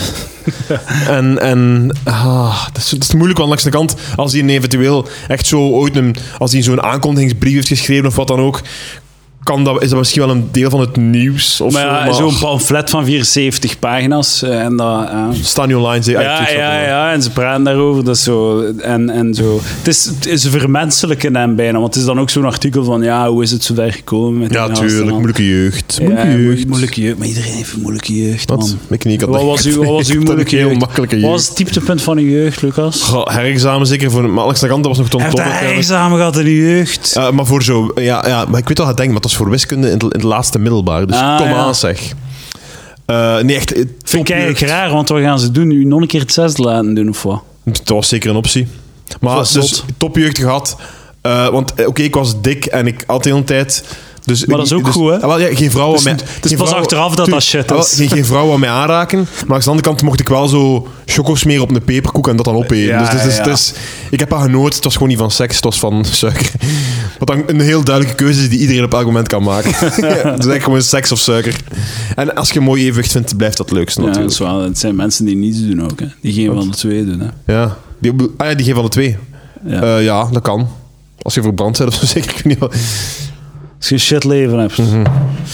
Dat is moeilijk, want langs de kant, als hij eventueel echt zo ooit als hij zo'n aankondigingsbrief heeft geschreven of wat dan ook, is dat misschien wel een deel van het nieuws. Of maar zo'n pamflet van 74 pagina's. En dat, staan nu online. Ja, en ze praten daarover. Dat is zo, en zo. Het is vermenselijken hem bijna. Want het is dan ook zo'n artikel van, hoe is het zo ver gekomen? Met tuurlijk. Moeilijke jeugd. Moeilijke jeugd. Maar iedereen heeft een moeilijke jeugd, man. Wat was uw moeilijke jeugd? Makkelijke jeugd? Wat was het dieptepunt van uw jeugd, Lucas? Herexamen zeker. Maar langs de kant, dat was nog Tom Tom. Herexamen gehad in uw jeugd? Maar voor zo... maar ik weet wel wat ik denk, maar dat is voor wiskunde in het laatste middelbaar. Dus kom aan, zeg. Nee, echt... Vind ik eigenlijk raar, want wat gaan ze doen? U nog een keer het zesde laten doen, of wat? Dat was zeker een optie. Maar dus topjeugd gehad. Want ik was dik en ik had de hele tijd... Dus, maar dat is ook goed, hè? Geen vrouw aan mij... Het is pas achteraf dat shit is. Geen vrouw aan mij aanraken. Maar aan de andere kant mocht ik wel zo choco smeren op een peperkoek en dat dan opeten. Dus ik heb dat genoten. Het was gewoon niet van seks, het was van suiker. Wat dan een heel duidelijke keuze is die iedereen op elk moment kan maken. Het is eigenlijk gewoon seks of suiker. En als je een mooi evenwicht vindt, blijft dat het leukste natuurlijk. Ja, het zijn mensen die niets doen ook, hè. Die geen van de twee doen, hè. Ja, die geen van de twee. Ja, dat kan. Als je verbrand bent of zo, zeker. Ik weet niet wat. Als je shit leven hebt. Mm-hmm.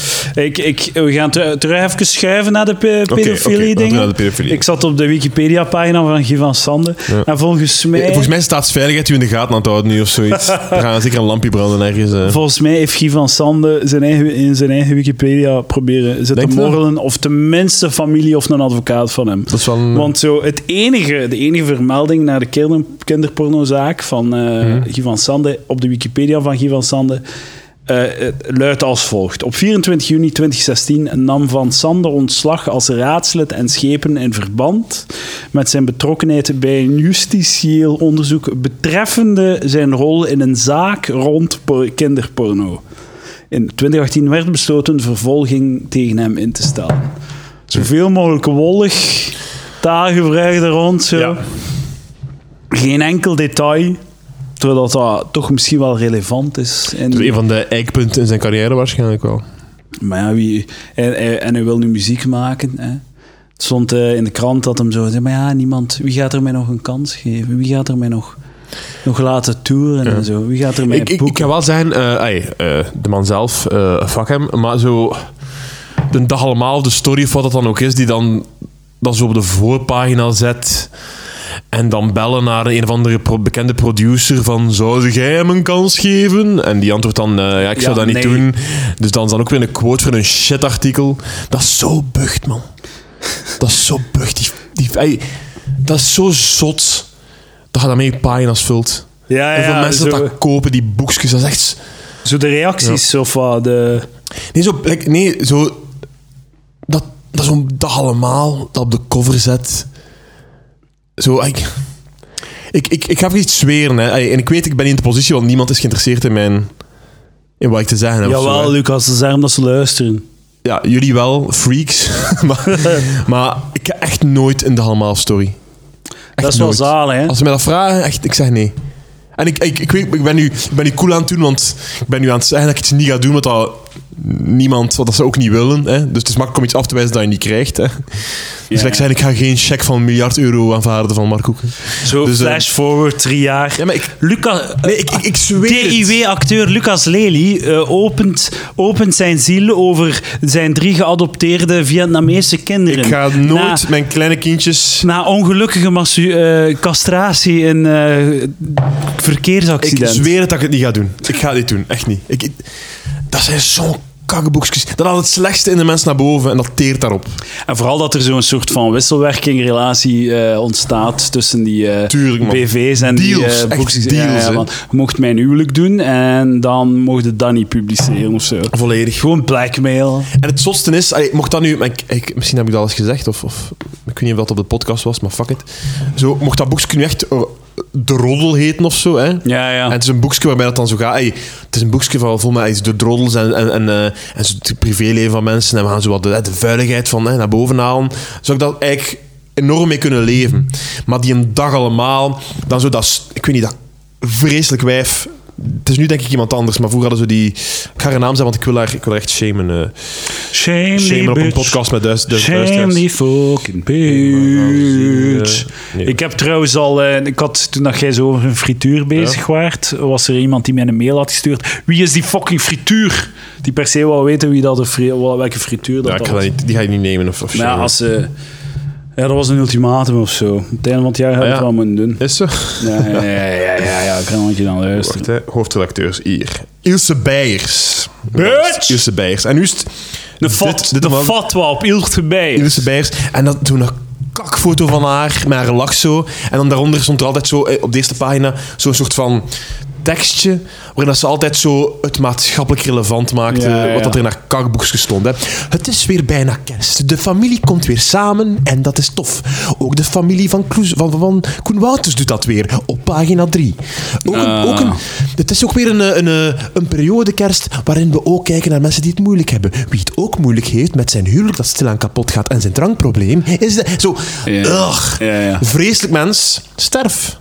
We gaan terug even schuiven naar de pedofilie dingen. Ik zat op de Wikipedia-pagina van Guy van Sande. Ja. En volgens mij staatsveiligheid u in de gaten aan het houden nu of zoiets. Er gaat zeker een lampje branden ergens. Volgens mij heeft Guy van Sande in zijn eigen Wikipedia proberen te morrelen. Of tenminste familie of een advocaat van hem. Dat is wel Want zo de enige vermelding naar de kinderpornozaak van Guy van Sande op de Wikipedia van Guy van Sande luidt als volgt. Op 24 juni 2016 nam Van Sande ontslag als raadslid en schepen in verband met zijn betrokkenheid bij een justitieel onderzoek betreffende zijn rol in een zaak rond kinderporno. In 2018 werd besloten vervolging tegen hem in te stellen. Zoveel mogelijk wollig taalgebruik er rond. Zo. Ja. Geen enkel detail. Terwijl dat toch misschien wel relevant is. Dus een van de eikpunten in zijn carrière waarschijnlijk wel. Maar ja, en hij wil nu muziek maken. Hè. Het stond in de krant dat hem zo zei, maar ja, niemand, wie gaat er mij nog een kans geven? Wie gaat er mij nog laten toeren en zo? Wie gaat er mij boeken? Ik ga wel zeggen, de man zelf, fuck hem, maar zo de dag allemaal, de story of wat dat dan ook is, die dan dat zo op de voorpagina zet... En dan bellen naar een of andere bekende producer van, zou jij hem een kans geven? En die antwoordt dan, ik zou dat niet doen. Dus dan is dan ook weer een quote voor een shitartikel. Dat is zo bucht, man. Dat is zo bucht. Dat is zo zot dat je daarmee pagina's vult. Ja, hoeveel mensen dat kopen, die boekjes, dat is echt... Zo de reacties of wat? Dat zo'n dag allemaal dat op de cover zet... Zo, ik ga even iets zweren. Hè. En ik weet, ik ben niet in de positie, want niemand is geïnteresseerd in wat ik te zeggen heb. Jawel, zo, Lucas, ze zeggen dat ze luisteren. Ja, jullie wel, freaks. maar ik ga echt nooit in de allemaal story. Echt dat is nooit. Wel zalig, hè? Als ze mij dat vragen, echt, ik zeg nee. En ik weet, ik ben nu cool aan het doen, want ik ben nu aan het zeggen dat ik iets niet ga doen, wat dat ze ook niet willen. Hè. Dus het is makkelijk om iets af te wijzen dat je niet krijgt. Hè. Dus ik zei, ik ga geen cheque van €1 miljard aanvaarden van Mark Hoeken. Zo, dus, flash forward 3 jaar. Ja, maar ik zweer DIW-acteur Lucas Lely opent zijn ziel over zijn 3 geadopteerde Vietnamese kinderen. Ik ga nooit mijn kleine kindjes... Na ongelukkige castratie in verkeersaccident. Ik zweer het dat ik het niet ga doen. Ik ga het niet doen, echt niet. Dat zijn zo'n kakboekjes. Dat haalt het slechtste in de mens naar boven en dat teert daarop. En vooral dat er zo'n soort van wisselwerkingrelatie ontstaat tussen die BV's en deals, die boekjes. Deals, je mocht mijn huwelijk doen en dan mocht het dat niet publiceren of zo. Volledig. Gewoon blackmail. En het zotste is, mocht dat nu... Misschien heb ik dat al eens gezegd, of ik weet niet of dat op de podcast was, maar fuck it. Zo, mocht dat boekje nu echt De Roddel heten of zo, hè? Ja. En het is een boekje waarbij dat dan zo gaat... het is een boekje van vol met de roddels en zo het privéleven van mensen. En we gaan zo wat de vuiligheid van naar boven halen. Zou ik dat eigenlijk enorm mee kunnen leven. Maar die een dag allemaal... Dan zo dat... Ik weet niet, dat vreselijk wijf... Het is nu denk ik iemand anders, maar vroeger hadden ze die... Ik ga haar naam zeggen, want ik wil haar echt shamen. Shamen op een podcast met duizend Shame die fucking bitch. Nee. Ik heb trouwens al... toen dat jij zo over een frituur bezig waart, was er iemand die mij een mail had gestuurd. Wie is die fucking frituur? Die per se wel weten wie dat welke frituur dat was. Die ga je niet nemen of ja, als ja, dat was een ultimatum of zo. Op het einde van het jaar hebben we het wel moeten doen. Is zo? Ja, ik kan je dan luisteren. Wacht, hoofdredacteurs hier. Ilse Beijers. Bitch! Ilse Beijers. En nu is het... De fatwa op Ilse Beijers. Ilse Beijers. En dat toen een kakfoto van haar, met haar lach zo. En dan daaronder stond er altijd zo, op de eerste pagina, zo'n soort van tekstje, waarin ze altijd zo het maatschappelijk relevant maakte, wat dat er in haar kakboekje stond. Hè. Het is weer bijna kerst. De familie komt weer samen en dat is tof. Ook de familie van Koen Wouters doet dat weer, op pagina 3. Het is ook weer een periode kerst, waarin we ook kijken naar mensen die het moeilijk hebben. Wie het ook moeilijk heeft met zijn huwelijk dat stilaan kapot gaat en zijn drankprobleem, is zo... Vreselijk mens, sterf.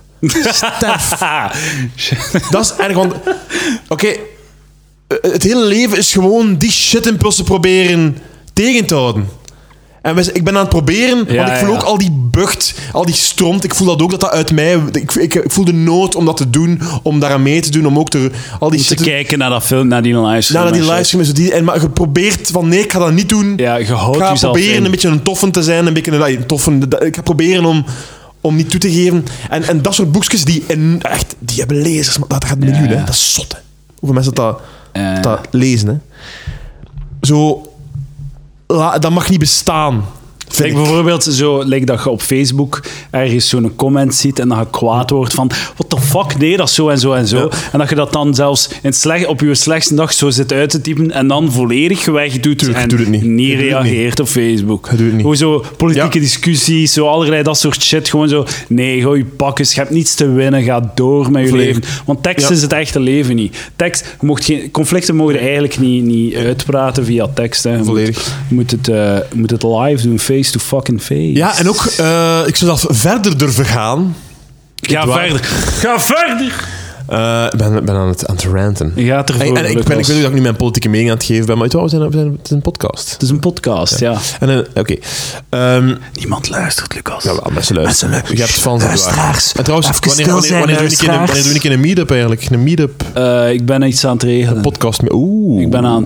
Dat is erg, want... Oké, het hele leven is gewoon die shit-impulsen proberen tegen te houden. En ik ben aan het proberen, want ik voel ook al die bucht, al die stront. Ik voel dat ook, dat uit mij... Ik voel de nood om dat te doen, om daaraan mee te doen, om ook al die shit... te kijken naar dat film, naar die livestream. Naar die livestream. Maar je probeert van, nee, ik ga dat niet doen. Ja, je houdt ik ga jezelf proberen in. Een beetje een toffen te zijn, een beetje een toffen... Ik ga proberen om niet toe te geven. En dat soort boekjes, die hebben lezers, maar dat gaat miljoenen. Ja. Dat is zot, hè. Hoeveel mensen dat lezen, hè. Zo... Dat mag niet bestaan. Kijk, bijvoorbeeld zo, like dat je op Facebook ergens zo'n comment ziet en dat je kwaad wordt van what the fuck, nee, dat is zo en zo en zo. Ja. En dat je dat dan zelfs op je slechtste dag zo zit uit te typen en dan volledig wegdoet en niet reageert op Facebook. Hoe zo politieke discussies, zo allerlei dat soort shit. Gewoon zo, nee, gooi je pakkes, je hebt niets te winnen, ga door met je leven. Want tekst is het echte leven niet. Conflicten mogen eigenlijk niet uitpraten via tekst. Hè. Je moet het live doen, face to fucking face. Ja, en ook, ik zou zelf verder durven gaan. Ga verder! Ik ben aan het ranten. Je gaat ervoor, en ik weet niet dat ik nu mijn politieke mening aan het geven ben, maar het is een podcast. Het is een podcast, ja. Oké. Niemand luistert, Lucas. Ja, mensen luisteren. Je hebt fans. Luisteraars. En trouwens, wanneer doe ik in een meetup eigenlijk? Een meetup? Ik ben iets aan het regelen. Een podcast. Oeh.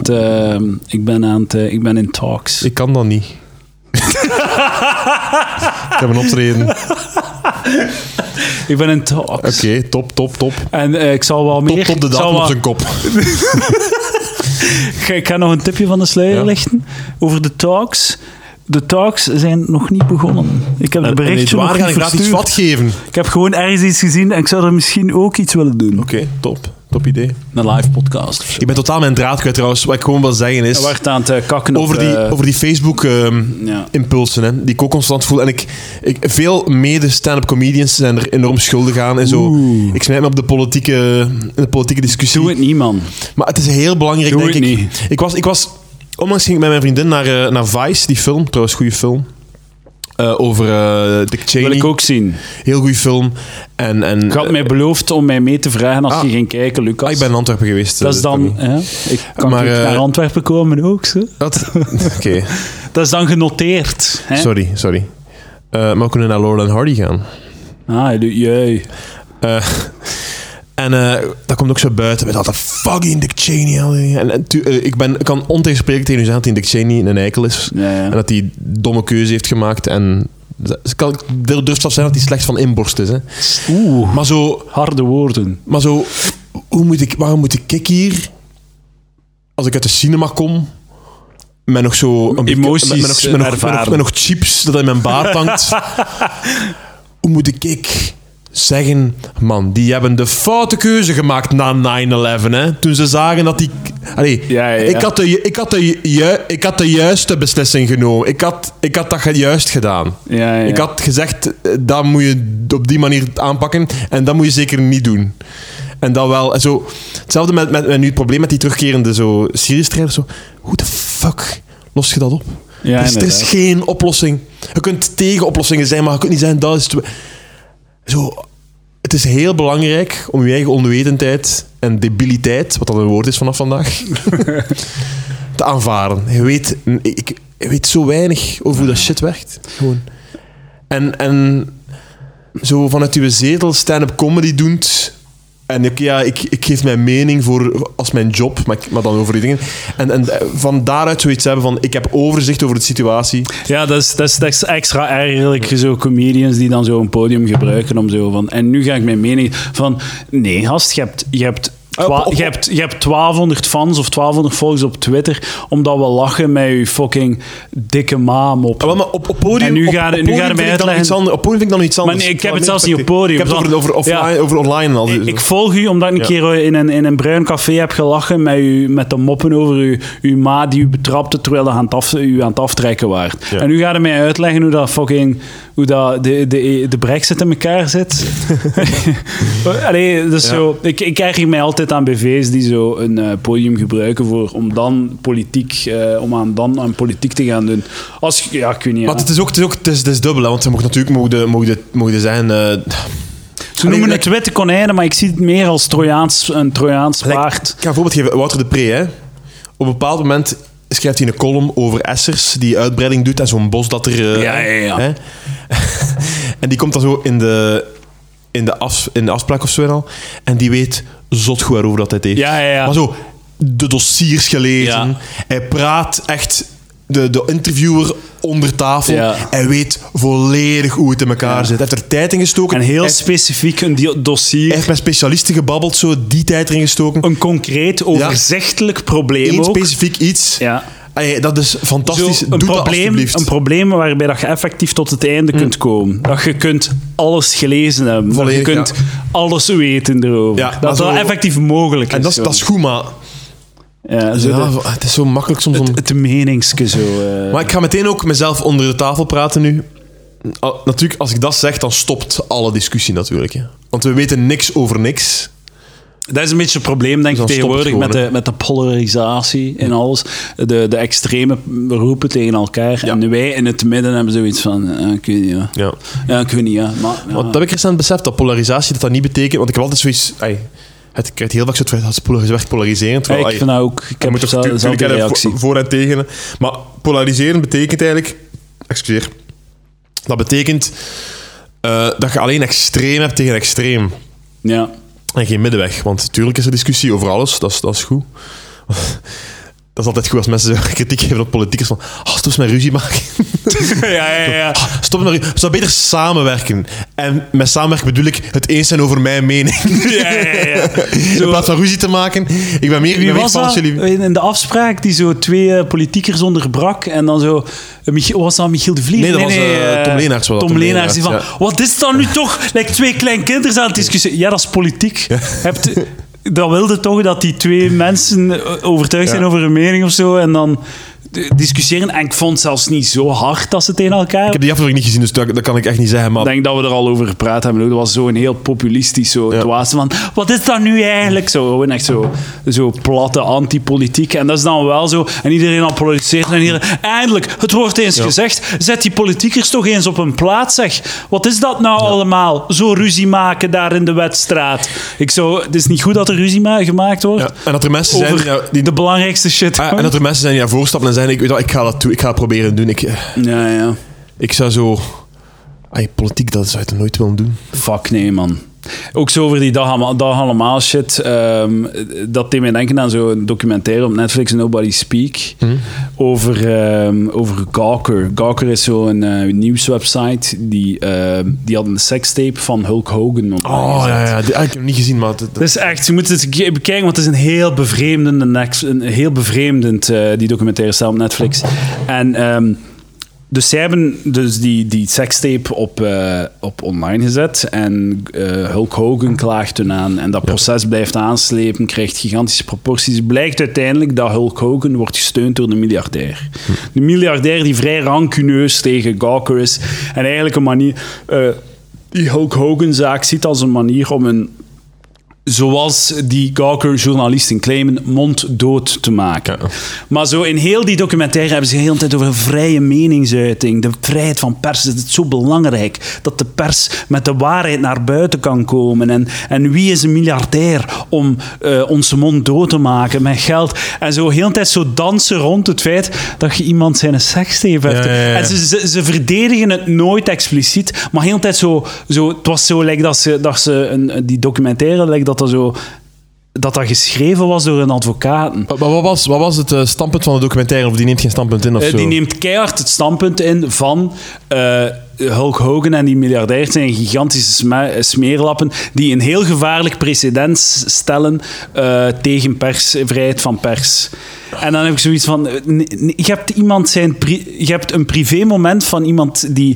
Ik ben in talks. Ik kan dat niet. Ik heb een optreden. Ik ben in talks. Oké, top. En ik zal wel meer... Top de datum op zijn kop. Ik ga nog een tipje van de sluier lichten over de talks. De talks zijn nog niet begonnen. Ik heb het berichtje nog niet verstuurd. Iets wat geven. Ik heb gewoon ergens iets gezien en ik zou er misschien ook iets willen doen. Oké, top idee. Een live podcast. Ik ben totaal mijn draad kwijt trouwens. Wat ik gewoon wil zeggen is... Waar het aan het kakken over die Facebook-impulsen, hè, die ik ook constant voel. En veel mede-stand-up comedians zijn er enorm schuldig aan. En zo. Ik smijt me op de politieke discussie. Doe het niet, man. Maar het is heel belangrijk, Doe denk het ik. Niet. Ik was... Onlangs ging ik met mijn vriendin naar Vice, die film. Trouwens, goede film. Over Dick Cheney. Wil ik ook zien. Heel goede film. En ik had mij beloofd om mij mee te vragen als je ging kijken, Lucas. Ik ben in Antwerpen geweest. Dat is dan... ik kan naar Antwerpen komen ook, zo. Oké. Dat is dan genoteerd. Hè? Sorry. Maar we kunnen naar Laurel en Hardy gaan. Jee. En dat komt ook zo buiten met altijd fucking Dick Cheney. Ik kan ontegensprekelijk tegen u zeggen dat Dick Cheney een eikel is. Ja. En dat hij domme keuze heeft gemaakt. En ik durf zelfs zeggen dat hij slecht van inborst is. Hè. Maar zo... Harde woorden. Maar zo... Waarom moet ik hier als ik uit de cinema kom, met nog zo... Emoties met nog chips dat in mijn baard hangt. Hoe moet ik zeggen... Man, die hebben de foute keuze gemaakt na 9/11, hè. Toen ze zagen dat die... Allee, Ik had de juiste beslissing genomen. Ik had dat juist gedaan. Ja. Ik had gezegd, dat moet je op die manier aanpakken. En dat moet je zeker niet doen. En dat wel... Zo, hetzelfde met nu het probleem met die terugkerende Syrië-strijders. Hoe de fuck los je dat op? Ja, er is geen oplossing. Je kunt tegen oplossingen zijn, maar je kunt niet zeggen dat is... Het is heel belangrijk om je eigen onwetendheid en debiliteit, wat dat een woord is vanaf vandaag, te aanvaarden. Ik weet zo weinig over hoe dat shit werkt. Gewoon. En zo vanuit uw zetel stand-up comedy doet... En ik geef mijn mening voor als mijn job, maar dan over die dingen. En van daaruit zoiets hebben van, ik heb overzicht over de situatie. Ja, dat is extra ergerlijk, zo comedians die dan zo een podium gebruiken om zo van... En nu ga ik mijn mening van... Nee, gast, je hebt 1200 fans of 1200 volgers op Twitter omdat we lachen met je fucking dikke maam op. Maar op podium... En nu ga je mij uitleggen... Op podium vind ik dan iets anders. Maar nee, ik heb het zelfs niet op podium. Ik heb het over online. Al. Ik volg u omdat ik een keer in een bruin café heb gelachen met de moppen over uw ma die u betrapte terwijl u aan het aftrekken waart. Ja. En nu ga je mij uitleggen hoe dat de Brexit in elkaar zit. Allee, dus zo... Ik erger mij altijd aan BV's die zo een podium gebruiken om dan politiek aan politiek te gaan doen. Ik weet niet. Maar het is dubbel, hè, want ze mogen natuurlijk mogen zijn. Ze noemen het witte konijnen, maar ik zie het meer als een Trojaans paard. Ik ga een voorbeeld geven. Wouter de Pre, hè. Op een bepaald moment schrijft hij een column over Essers die uitbreiding doet en zo'n bos dat er... Hè? En die komt dan zo in de afspraak of zo al. En die weet zot goed waarover dat hij het heeft. Ja. Maar zo, de dossiers gelezen. Ja. Hij praat echt... De interviewer onder tafel. Ja. Hij weet volledig hoe het in elkaar zit. Hij heeft er tijd in gestoken. En heel specifiek een dossier. Hij heeft met specialisten gebabbeld, zo die tijd erin gestoken. Een concreet, overzichtelijk probleem Eén ook. specifiek iets. Ja. Dat is fantastisch. Zo, een probleem waarbij dat je effectief tot het einde kunt komen. Dat je kunt alles gelezen hebben. Volledig, je kunt alles weten erover. Ja, dat effectief mogelijk is. En dat is goed, maar... het is zo makkelijk soms om... Het meningske zo... Maar ik ga meteen ook mezelf onder de tafel praten nu. Natuurlijk, als ik dat zeg, dan stopt alle discussie natuurlijk. Hè. Want we weten niks over niks. Dat is een beetje het probleem, denk ik, tegenwoordig met de polarisatie en alles. De extreme roepen tegen elkaar. Ja. En wij in het midden hebben zoiets van... ik weet niet, ik weet niet, Maar, dat heb ik recent beseft, dat polarisatie dat niet betekent... Want ik heb altijd zoiets... Het krijgt heel vaak zo het werkt polariserend. Ik vind dat ook. Ik heb dezelfde reactie. Voor en tegen. Maar polariseren betekent eigenlijk... Excuseer. Dat betekent dat je alleen extreem hebt tegen extreem. Ja. En geen middenweg. Want natuurlijk is er discussie over alles. Dat is goed. Dat is altijd goed als mensen kritiek geven op politiekers van... stop eens met ruzie maken. Ja. Stop met ruzie. We zouden beter samenwerken. En met samenwerken bedoel ik het eens zijn over mijn mening. Ja. In plaats van ruzie te maken. Ik ben meer... Wie was dat? In de afspraak die zo 2 politiekers onderbrak en dan zo... Was dat Michiel de Vlieg? Nee, dat was Tom Leenaerts. Tom Leenaerts die van... Wat is dat nu toch? 2 kleine kinderen aan het discussiëren. Ja, dat is politiek. Dat wilde toch dat die 2 mensen overtuigd zijn over hun mening of zo en dan discussiëren. En ik vond het zelfs niet zo hard dat ze tegen elkaar... Ik heb die aflevering niet gezien, dus dat kan ik echt niet zeggen. Maar... Ik denk dat we er al over gepraat hebben. Dat was zo'n heel populistisch dwaas van... Wat is dat nu eigenlijk? Gewoon echt zo platte antipolitiek. En dat is dan wel zo. En iedereen al polariseert. En iedereen... Eindelijk, het wordt eens gezegd. Zet die politiekers toch eens op hun plaats, zeg. Wat is dat nou allemaal? Zo ruzie maken daar in de Wetstraat. Het is niet goed dat er ruzie gemaakt wordt. Ja. En dat er mensen zijn... die de belangrijkste shit. En dat er mensen zijn die voorstappen en zeggen... Ik ga dat doen. Ik ga het proberen doen. Ik zou zo... politiek, dat zou je nooit willen doen. Fuck nee, man. Ook zo over die dag allemaal shit. Dat deed mij denken aan zo'n documentaire op Netflix, Nobody Speak. Over Gawker. Gawker is zo'n nieuwswebsite. Die had een sekstape van Hulk Hogan. Die heb ik nog niet gezien, maar... Het is echt, je moet het bekijken, want het is een heel bevreemdend die documentaire staat op Netflix. En... Dus zij hebben dus die sekstape op online gezet en Hulk Hogan klaagt toen aan. En dat proces blijft aanslepen, krijgt gigantische proporties. Blijkt uiteindelijk dat Hulk Hogan wordt gesteund door de miljardair. De miljardair die vrij rancuneus tegen Gawker is. En eigenlijk een manier... die Hulk Hogan-zaak ziet als een manier om zoals die Gawker-journalisten claimen, monddood te maken. Ja. Maar zo in heel die documentaire hebben ze de hele tijd over vrije meningsuiting, de vrijheid van pers. Het is zo belangrijk dat de pers met de waarheid naar buiten kan komen. En wie is een miljardair om onze mond dood te maken met geld? En zo heel de tijd zo dansen rond het feit dat je iemand zijn sekstape hebt. Ja. En ze verdedigen het nooit expliciet, maar heel de tijd zo het was zo dat ze die documentaire dat geschreven was door een advocaat. Wat was het standpunt van de documentaire? Of die neemt geen standpunt in? Of zo? Die neemt keihard het standpunt in van Hulk Hogan en die miljardair zijn gigantische smeerlappen die een heel gevaarlijk precedent stellen tegen vrijheid van pers. En dan heb ik zoiets van... Je hebt een privé-moment van iemand die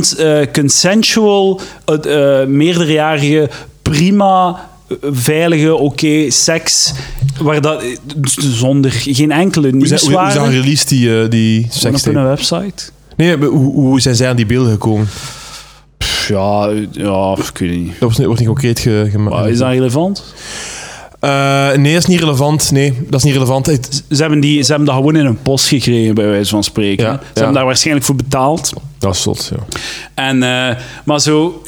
consensual, meerderjarige, prima... veilige, seks, waar dat zonder geen enkele nieuwswaarde. Hoe release die sekstape? Op een website? Nee, hoe zijn zij aan die beelden gekomen? Ja, ik weet niet. Dat wordt niet concreet gemaakt. Is dat relevant? Nee, dat is niet relevant. Ze hebben dat gewoon in een post gekregen, bij wijze van spreken. Ja, Ze hebben daar waarschijnlijk voor betaald. Dat is zot, ja. En, maar zo...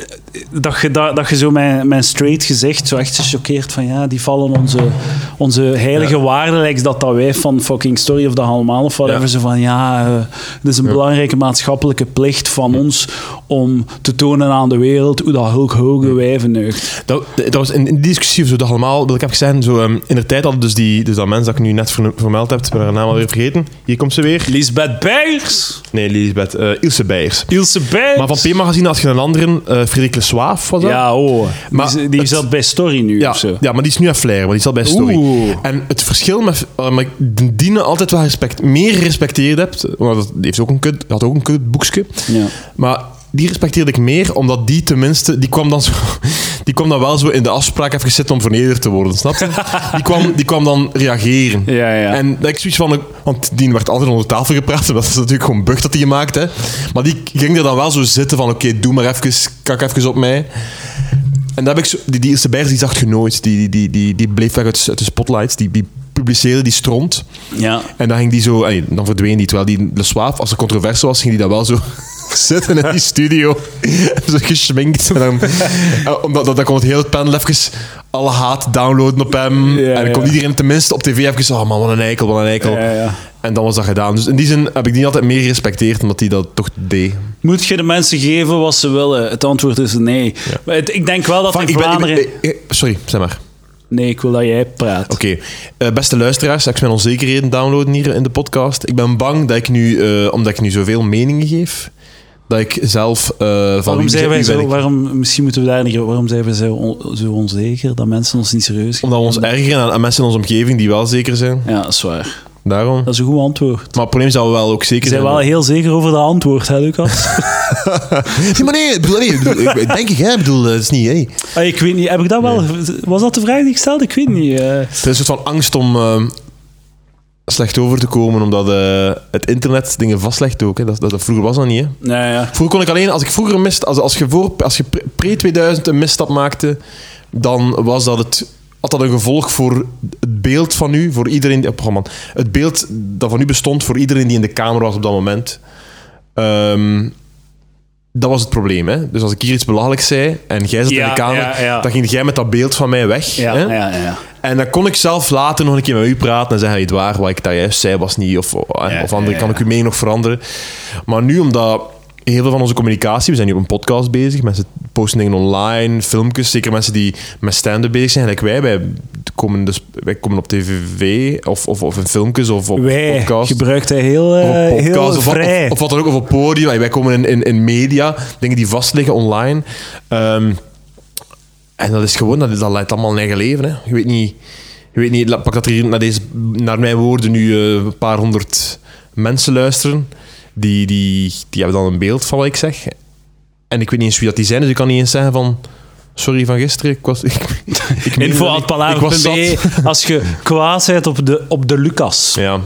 Dat je zo mijn straight gezicht zo echt gechoqueerd van ja, die vallen onze heilige waarden, lijkt dat wij van fucking Story of the Allemaal of whatever, zo van het is een belangrijke maatschappelijke plicht van ons om te tonen aan de wereld hoe dat Hulk Hogan wijven neugt. Dat was in die discussie over dat allemaal, wil ik even zeggen, zo, in de tijd hadden dus dat mens dat ik nu net vermeld heb, ik ben haar naam alweer vergeten. Hier komt ze weer. Lisbeth Beijers? Nee, Ilse Beijers. Ilse Beijers? Maar van P-magazine had je een andere, Frederik Swaaf was dat? Ja, maar die zat bij Story nu of zo. Ja, maar die is nu aan Flair, maar die zat bij Story. En het verschil met Dine altijd wel meer gerespecteerd hebt, want die had ook een kut boekje. Ja. Maar die respecteerde ik meer, omdat die tenminste... Die kwam dan wel zo in de afspraak even zitten om vernederd te worden, snap je? Die kwam dan reageren. Ja. En dat ik zoiets van... Want die werd altijd onder tafel gepraat, dat is natuurlijk gewoon bug dat hij gemaakt, hè. Maar die ging er dan wel zo zitten van... Oké, doe maar even, kak even op mij. En dat heb ik zo... Die eerste Beijers, die zag je nooit. Die bleef weg uit de spotlights. Die publiceerde die stront. Ja. En dan ging die zo... Dan verdween die. Terwijl die Le Swaaf, als er controverse was, ging die dat wel zo... zitten in die studio. Zo geschminkt. Omdat dan kon het hele panel even alle haat downloaden op hem. Ja, en dan kon iedereen tenminste op tv even... Oh man, wat een eikel. Ja. En dan was dat gedaan. Dus in die zin heb ik die altijd meer gerespecteerd, omdat hij dat toch deed. Moet je de mensen geven wat ze willen? Het antwoord is nee. Ja. Ik denk wel dat in Vlaanderen... Sorry, zeg maar. Nee, ik wil dat jij praat. Oké. Beste luisteraars, ik ben onzekerheden downloaden hier in de podcast. Ik ben bang dat ik nu, omdat ik nu zoveel meningen geef... dat ik zelf... waarom moeten we daar niet... Waarom zijn we zo onzeker dat mensen ons niet serieus nemen? Omdat we ons ergeren aan mensen in onze omgeving die wel zeker zijn. Ja, dat is waar. Daarom. Dat is een goed antwoord. Maar het probleem zou wel ook zeker zijn. We zijn wel heel zeker over dat antwoord, hè, Lucas? nee, denk ik, hè. Ik bedoel, het is niet, hè. Ik weet niet, heb ik dat wel... Was dat de vraag die ik stelde? Ik weet niet. Het is een soort van angst om... slecht over te komen, omdat het internet dingen vastlegt ook. Hè. Dat vroeger was dat niet. Hè. Ja. Vroeger kon ik alleen, als ik vroeger een als je pre-2000 een misstap maakte, dan was dat had dat een gevolg voor het beeld van u, voor iedereen... het beeld dat van u bestond voor iedereen die in de kamer was op dat moment. Dat was het probleem. Hè. Dus als ik hier iets belachelijks zei en jij zat in de kamer, dan ging jij met dat beeld van mij weg. Hè. Ja. En dan kon ik zelf later nog een keer met u praten en zeggen, het waar, wat ik daar juist zei was niet, of andere kan ik uw mening nog veranderen. Maar nu, omdat heel veel van onze communicatie, we zijn nu op een podcast bezig, mensen posten dingen online, filmpjes, zeker mensen die met stand-up bezig zijn, gelijk wij komen op tv of in filmpjes of op podcasts. Gebruikt hij heel vrij. Of wat dan ook, of op podium. Wij komen in media, dingen die vastliggen online. En dat is gewoon, dat leidt allemaal een eigen leven. Hè. Je weet niet, pak dat er hier naar mijn woorden nu een paar honderd mensen luisteren, die hebben dan een beeld van wat ik zeg. En ik weet niet eens wie dat die zijn, dus ik kan niet eens zeggen van... Sorry van gisteren, info@palaver.be als je kwaad bent op de Lucas. Ja.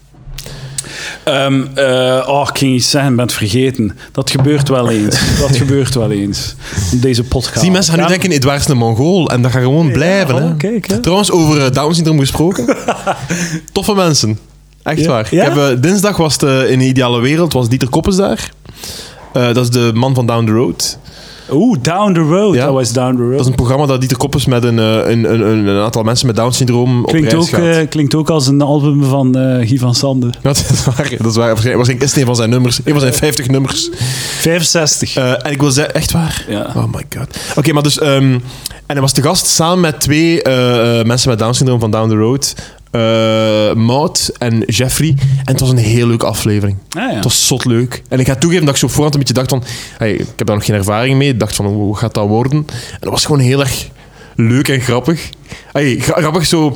Ik ging iets zeggen, ben het vergeten. Dat gebeurt wel eens. Op deze podcast. Die mensen gaan nu denken, Edouard is een Mongool. En dat gaat gewoon blijven. Hè. Kijk, hè. Trouwens, over Down-syndroom gesproken. Toffe mensen. Echt waar. Ja? Dinsdag was het in de ideale wereld, was Dieter Koppes daar. Dat is de man van Down the Road. Down the Road. Ja. Dat was Down the Road. Dat is een programma dat Dieter Koppes met een aantal mensen met Down-syndroom op reis gaat. Klinkt ook als een album van Guy van Sander. Ja, dat is waar. Waarschijnlijk is het een van zijn nummers. Een van zijn 50 nummers. 65. En ik wil zeggen, echt waar? Ja. Oh my god. Oké, maar dus... en hij was te gast samen met 2 mensen met Down-syndroom van Down the Road. Maud en Jeffrey. En het was een heel leuke aflevering. Het was zot leuk. En ik ga toegeven dat ik zo voorhand een beetje dacht van... ik heb daar nog geen ervaring mee. Ik dacht van, hoe gaat dat worden? En dat was gewoon heel erg leuk en grappig. Grappig zo...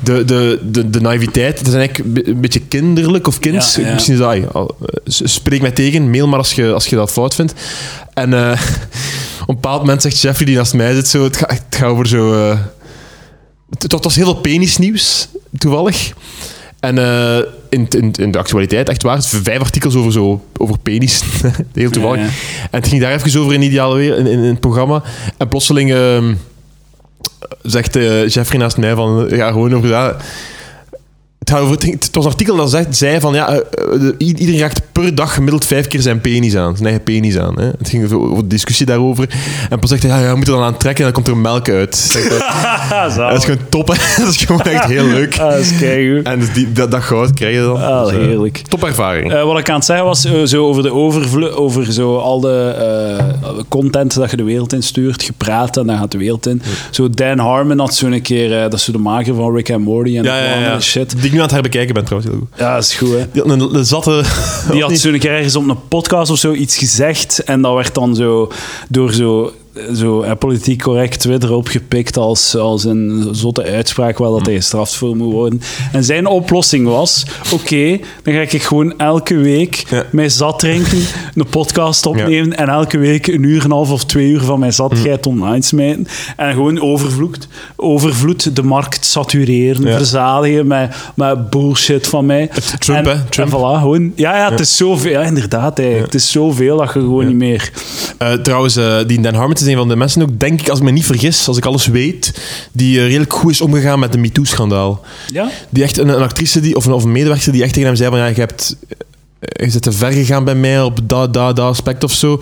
De naïviteit. Dat is eigenlijk een beetje kinderlijk of kinds. Ja. Misschien is dat... spreek mij tegen. Mail maar als je dat fout vindt. En op een bepaald moment zegt Jeffrey, die naast mij zit, zo... Het gaat over zo... Het was heel veel penisnieuws, toevallig. En in de actualiteit, echt waar, 5 artikels over penis. Heel toevallig. Ja. En het ging daar even over in ideale weer in het programma. En plotseling zegt Jeffrey naast mij van... Ja, gewoon over dat... Het was een artikel dat zei van... iedereen raakt per dag gemiddeld 5 keer zijn eigen penis aan. Hè. Het ging over de discussie daarover. En pas zegt hij, we moeten er dan aan trekken en dan komt er melk uit. Dat is gewoon top. Dat is gewoon echt heel leuk. Dat is keigoed. En dus dat goud krijg je dan. Dus, heerlijk. Top ervaring. Wat ik aan het zeggen was, zo over over zo al de content dat je de wereld in stuurt, gepraat en dan gaat de wereld in. Zo Dan Harmon had zo'n keer, dat is zo de maker van Rick and Morty en andere shit. Die ik nu aan het herbekijken ben trouwens heel goed. Ja, dat is goed, hè. Die had zo'n keer ergens op een podcast of zo iets gezegd en dat werd dan zo door zo politiek correct Twitter opgepikt als een zotte uitspraak waar dat hij gestraft voor moet worden. En zijn oplossing was, oké, dan ga ik gewoon elke week mij zat drinken, een podcast opnemen en elke week 1,5 uur of 2 uur van mijn zatheid online smijten. En gewoon overvloed de markt satureren, verzadigen met bullshit van mij. Trump, hè? Trump. En voilà, gewoon... Ja, het is zoveel. Ja, inderdaad. Het is zoveel dat je gewoon niet meer... Trouwens, die Dan Harmon is een van de mensen ook, denk ik, als ik me niet vergis, als ik alles weet, die redelijk goed is omgegaan met de MeToo-schandaal. Ja? Die echt een actrice of een medewerker die echt tegen hem zei van, je bent te ver gegaan bij mij op dat aspect of zo.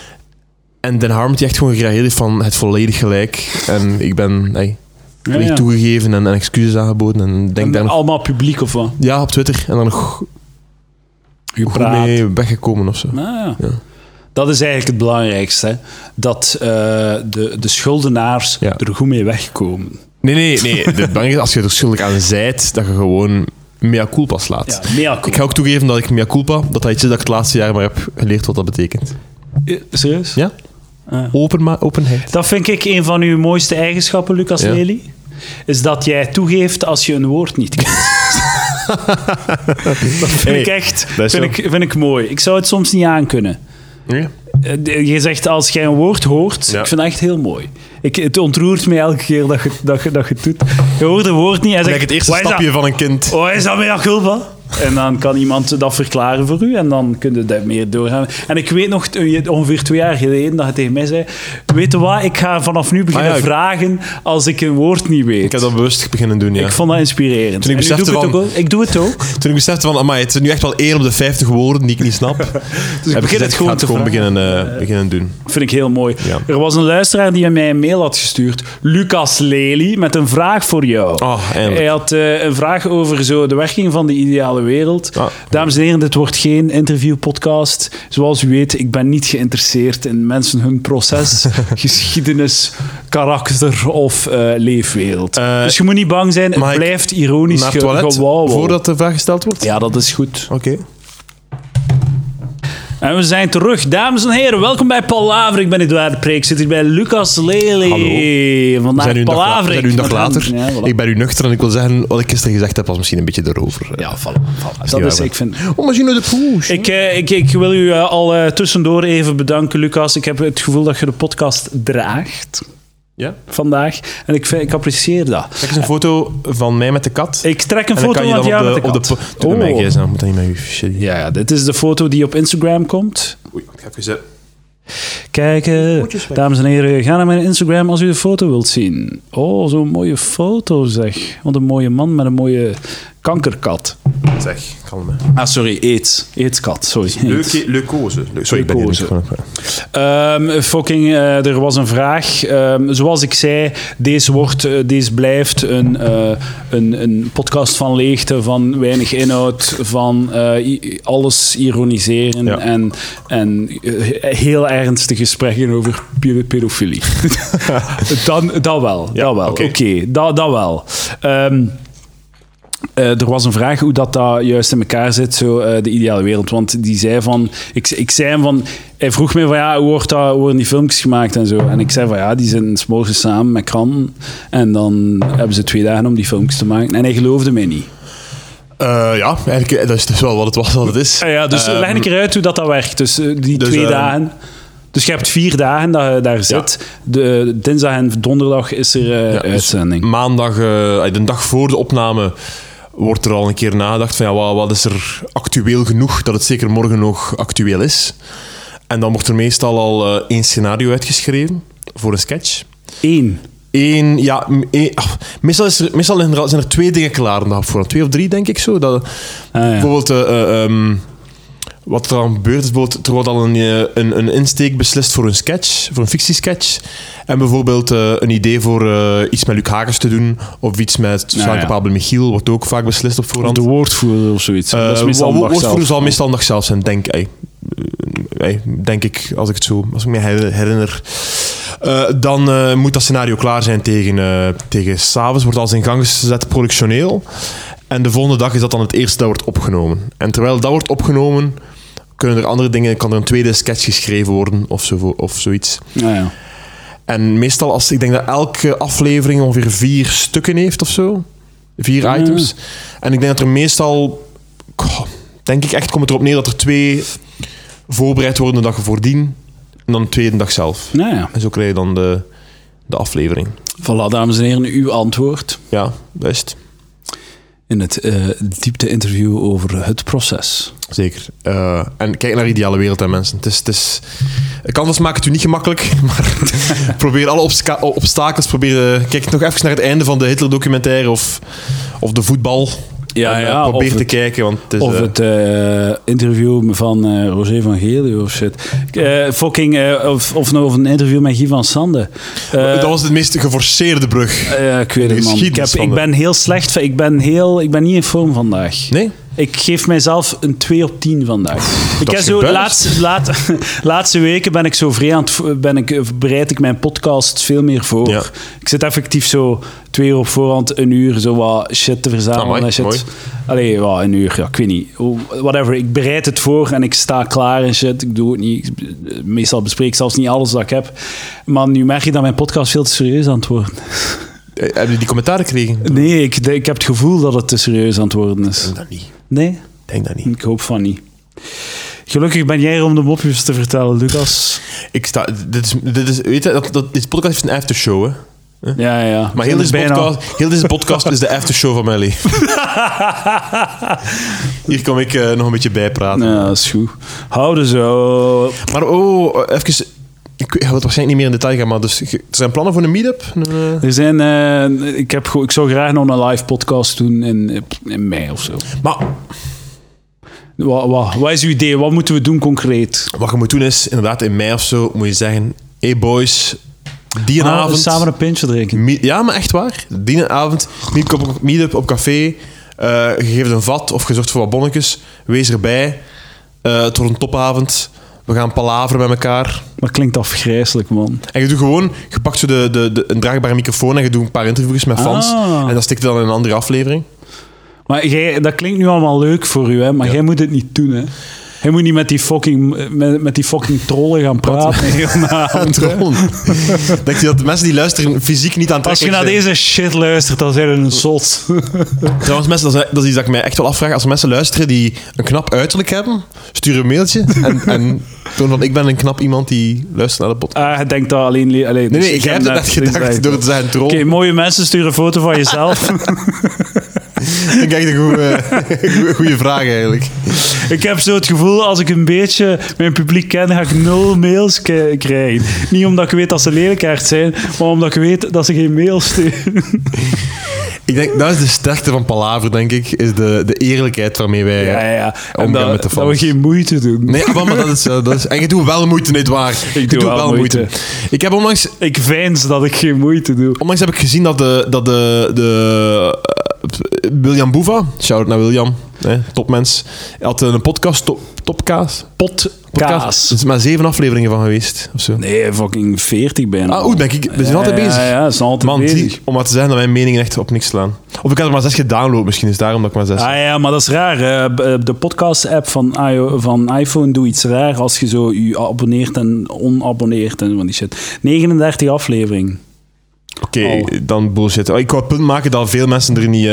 En Dan Harmon die echt gewoon gereageerd heeft van het volledig gelijk. En ik ben... toegegeven en excuses aangeboden. En denk daar allemaal publiek of wat? Ja, op Twitter. En dan nog goed mee weggekomen of zo. Ja. Dat is eigenlijk het belangrijkste. Hè? Dat de schuldenaars er goed mee wegkomen. Nee. Het belangrijkste als je er schuldig aan zijt, dat je gewoon mea culpa slaat. Ja, mea culpa. Ik ga ook toegeven dat ik mea culpa, dat iets is dat ik het laatste jaar maar heb geleerd wat dat betekent. Serieus? Ja. Openheid. Dat vind ik een van uw mooiste eigenschappen, Lucas Lely. Is dat jij toegeeft als je een woord niet kent. Dat vind ik echt vind ik mooi. Ik zou het soms niet aankunnen. Ja. Je zegt als jij een woord hoort, ik vind dat echt heel mooi. Het ontroert me elke keer dat je het doet. Je hoort een woord niet en zegt... Het eerste stapje van een kind. Oh, is dat mea culpa? En dan kan iemand dat verklaren voor u en dan kun je dat meer doorgaan. En ik weet nog, ongeveer 2 jaar geleden, dat je tegen mij zei, weet je wat, ik ga vanaf nu beginnen vragen als ik een woord niet weet. Ik heb dat bewust beginnen doen, ja. Ik vond dat inspirerend. Toen ik doe het ook. Toen ik besefte van, amai, het is nu echt wel 1 op de 50 woorden die ik niet snap. Dus ik begin het gewoon beginnen doen. Vind ik heel mooi. Ja. Er was een luisteraar die mij een mail had gestuurd, Lucas Lely, met een vraag voor jou. Oh, eindelijk. Hij had een vraag over de werking van de ideale ideale wereld. Dames en heren, dit wordt geen interviewpodcast. Zoals u weet, ik ben niet geïnteresseerd in mensen hun proces, geschiedenis, karakter of leefwereld. Dus je moet niet bang zijn, het blijft ironisch gewauwel. Voordat de vraag gesteld wordt? Ja, dat is goed. Oké. En we zijn terug. Dames en heren, welkom bij Palaver. Ik ben Eduard Preek. Ik zit hier bij Lucas Lely. Hallo. Vandaag Palaver. We zijn nu een dag later. Ja, voilà. Ik ben u nuchter en ik wil zeggen, wat ik gisteren gezegd heb, was misschien een beetje erover. Ja, voilà. Dat is, ik vind... Machine de Poes. Ik wil u al tussendoor even bedanken, Lucas. Ik heb het gevoel dat je de podcast draagt. Ja? Vandaag. En ik apprecieer dat. Kijk eens een foto van mij met de kat. Ik trek een foto van jou met de kat. Doe mij gsm, moet dat niet met u shit. Ja, dit is de foto die op Instagram komt. Oei, ik ga even Kijk, dames en heren, ga naar mijn Instagram als u de foto wilt zien. Oh, zo'n mooie foto zeg. Wat een mooie man met een mooie kankerkat. Zeg, kalm. Sorry, aidskat. Sorry. Leukose. Sorry, ik ben hier er was een vraag. Zoals ik zei, deze blijft een podcast van leegte, van weinig inhoud, van alles ironiseren en heel ernstige gesprekken over pedofilie. Dat wel. Oké, dat wel. Er was een vraag hoe dat juist in elkaar zit, zo, de ideale wereld. Want die zei van... Ik zei hem van... Hij vroeg me van, hoe worden die filmpjes gemaakt en zo. En ik zei van, die zitten 's morgens samen met kranten. En dan hebben ze 2 dagen om die filmpjes te maken. En hij geloofde mij niet. Ja, eigenlijk, dat is dus wel wat het was, wat het is. Dus leg een keer uit hoe dat werkt. Dus die 2 dagen... Dus je hebt 4 dagen dat je daar zit. De dinsdag en donderdag is er uitzending. Dus maandag, de dag voor de opname, wordt er al een keer nagedacht van wat is er actueel genoeg dat het zeker morgen nog actueel is. En dan wordt er meestal al 1 scenario uitgeschreven voor een sketch. 1? Meestal zijn er 2 dingen klaar een dag voor. 2 of 3, denk ik zo. Bijvoorbeeld... wat er dan gebeurt is bijvoorbeeld, er wordt al een insteek beslist voor een sketch, voor een fictiesketch. En bijvoorbeeld een idee voor iets met Luc Hagens te doen, of iets met Sociaal Capabele Michiel, wordt ook vaak beslist op voorhand. Of de woordvoerder of zoiets. Dat is meestal een dag zelf. Woordvoerder zal meestal een dag zelf zijn, denk ik, als ik me herinner. Dan moet dat scenario klaar zijn tegen 's avonds, wordt alles in gang gezet productioneel. En de volgende dag is dat dan het eerste dat wordt opgenomen. En terwijl dat wordt opgenomen, kunnen er andere dingen, kan er een tweede sketch geschreven worden of zoiets. Ja. En meestal, ik denk dat elke aflevering ongeveer 4 stukken heeft of zo. 4 items. En ik denk dat er meestal, denk ik echt, komt het erop neer dat er 2 voorbereid worden de dag voordien. En dan de tweede dag zelf. Ja. En zo krijg je dan de aflevering. Voilà, dames en heren, uw antwoord. Ja, best. In het diepte-interview over het proces. Zeker. En kijk naar ideale wereld, hè, mensen. Canvas maakt het u niet gemakkelijk, maar probeer alle obstakels. Kijk nog even naar het einde van de Hitler-documentaire of de voetbal. Probeer te kijken. Want het is, of het interview van Roger van Geel of shit. Of nog een interview met Guy van Sande. Dat was de meest geforceerde brug. Ik weet het, man. Ik ben heel slecht. Ik ben niet in vorm vandaag. Nee? Ik geef mijzelf een 2 op 10 vandaag. Ik heb zo laatste weken ben ik zo bereid ik mijn podcast veel meer voor. Ja. Ik zit effectief zo 2 uur op voorhand, 1 uur zo wat shit te verzamelen. En shit. Mooi. Allee, 1 uur, ik weet niet. Whatever, ik bereid het voor en ik sta klaar en shit. Ik doe het niet. Meestal bespreek ik zelfs niet alles dat ik heb. Maar nu merk je dat mijn podcast veel te serieus aan het worden. Heb je die commentaren gekregen? Nee, ik heb het gevoel dat het te serieus aan het worden is. Ik denk dat niet. Nee? Denk dat niet. Ik hoop van niet. Gelukkig ben jij er om de mopjes te vertellen, Lucas. Weet je, deze podcast heeft een aftershow, hè? Ja. Maar heel deze podcast is de aftershow van mijn leven. Hier kom ik nog een beetje bijpraten. Ja, dat is goed. Houden zo. Maar even... Ik ga het waarschijnlijk niet meer in detail gaan, maar dus, er zijn plannen voor een meet-up? Ik zou graag nog een live podcast doen in mei of zo. Maar... Wat is uw idee? Wat moeten we doen concreet? Wat je moet doen is, inderdaad, in mei of zo, moet je zeggen... Hey boys, die avond... Samen een pintje drinken. Ja, maar echt waar. Die avond, meet-up op café. Je geeft een vat of je zorgt voor wat bonnetjes. Wees erbij. Het wordt een topavond. We gaan palaveren met elkaar. Dat klinkt afgrijselijk, man. En je doet gewoon... Je pakt zo een draagbare microfoon en je doet een paar interviews met fans. En dat stikt dan in een andere aflevering. Maar dat klinkt nu allemaal leuk voor u, hè? Maar jij moet het niet doen, hè? Hij moet niet met die fucking trollen gaan praten. Trollen? Denk je dat de mensen die luisteren fysiek niet aantrekkelijk Als je naar deze shit luistert, dan zijn er een zot. Trouwens, mensen, dat is iets dat ik mij echt wel afvraag. Als mensen luisteren die een knap uiterlijk hebben, stuur een mailtje en toon van ik ben een knap iemand die luistert naar de podcast. Je denkt dat alleen... Nee, ik heb het net gedacht door te zijn troll. Oké, mooie mensen, stuur een foto van jezelf. Ik krijg een goede vraag eigenlijk. Ik heb zo het gevoel, als ik een beetje mijn publiek ken, ga ik 0 mails krijgen. Niet omdat ik weet dat ze lelijkaard zijn, maar omdat ik weet dat ze geen mails sturen. Ik denk, dat is de sterkte van Palaver, denk ik, is de eerlijkheid waarmee wij omgaan met de fans. Dat we geen moeite doen. Nee, maar dat is... En je doet wel moeite, nietwaar? Ik doe wel moeite. Ik heb onlangs... Ik veins dat ik geen moeite doe. Onlangs heb ik gezien dat de William Boeva, shout-out naar William, topmens, had een podcast, Topkaas. Podcast. Er is maar 7 afleveringen van geweest, of zo. Nee, fucking 40 bijna. We zijn altijd bezig. Ja, we zijn altijd bezig. Om maar te zeggen dat mijn meningen echt op niks slaan. Of ik had er maar 6 gedownload, misschien is daarom dat ik maar 6... Ja, maar dat is raar. De podcast-app van iPhone doet iets raar als je zo je abonneert en onabonneert en van die shit. 39 afleveringen. Oké, dan bullshit. Ik wou het punt maken dat veel mensen er niet...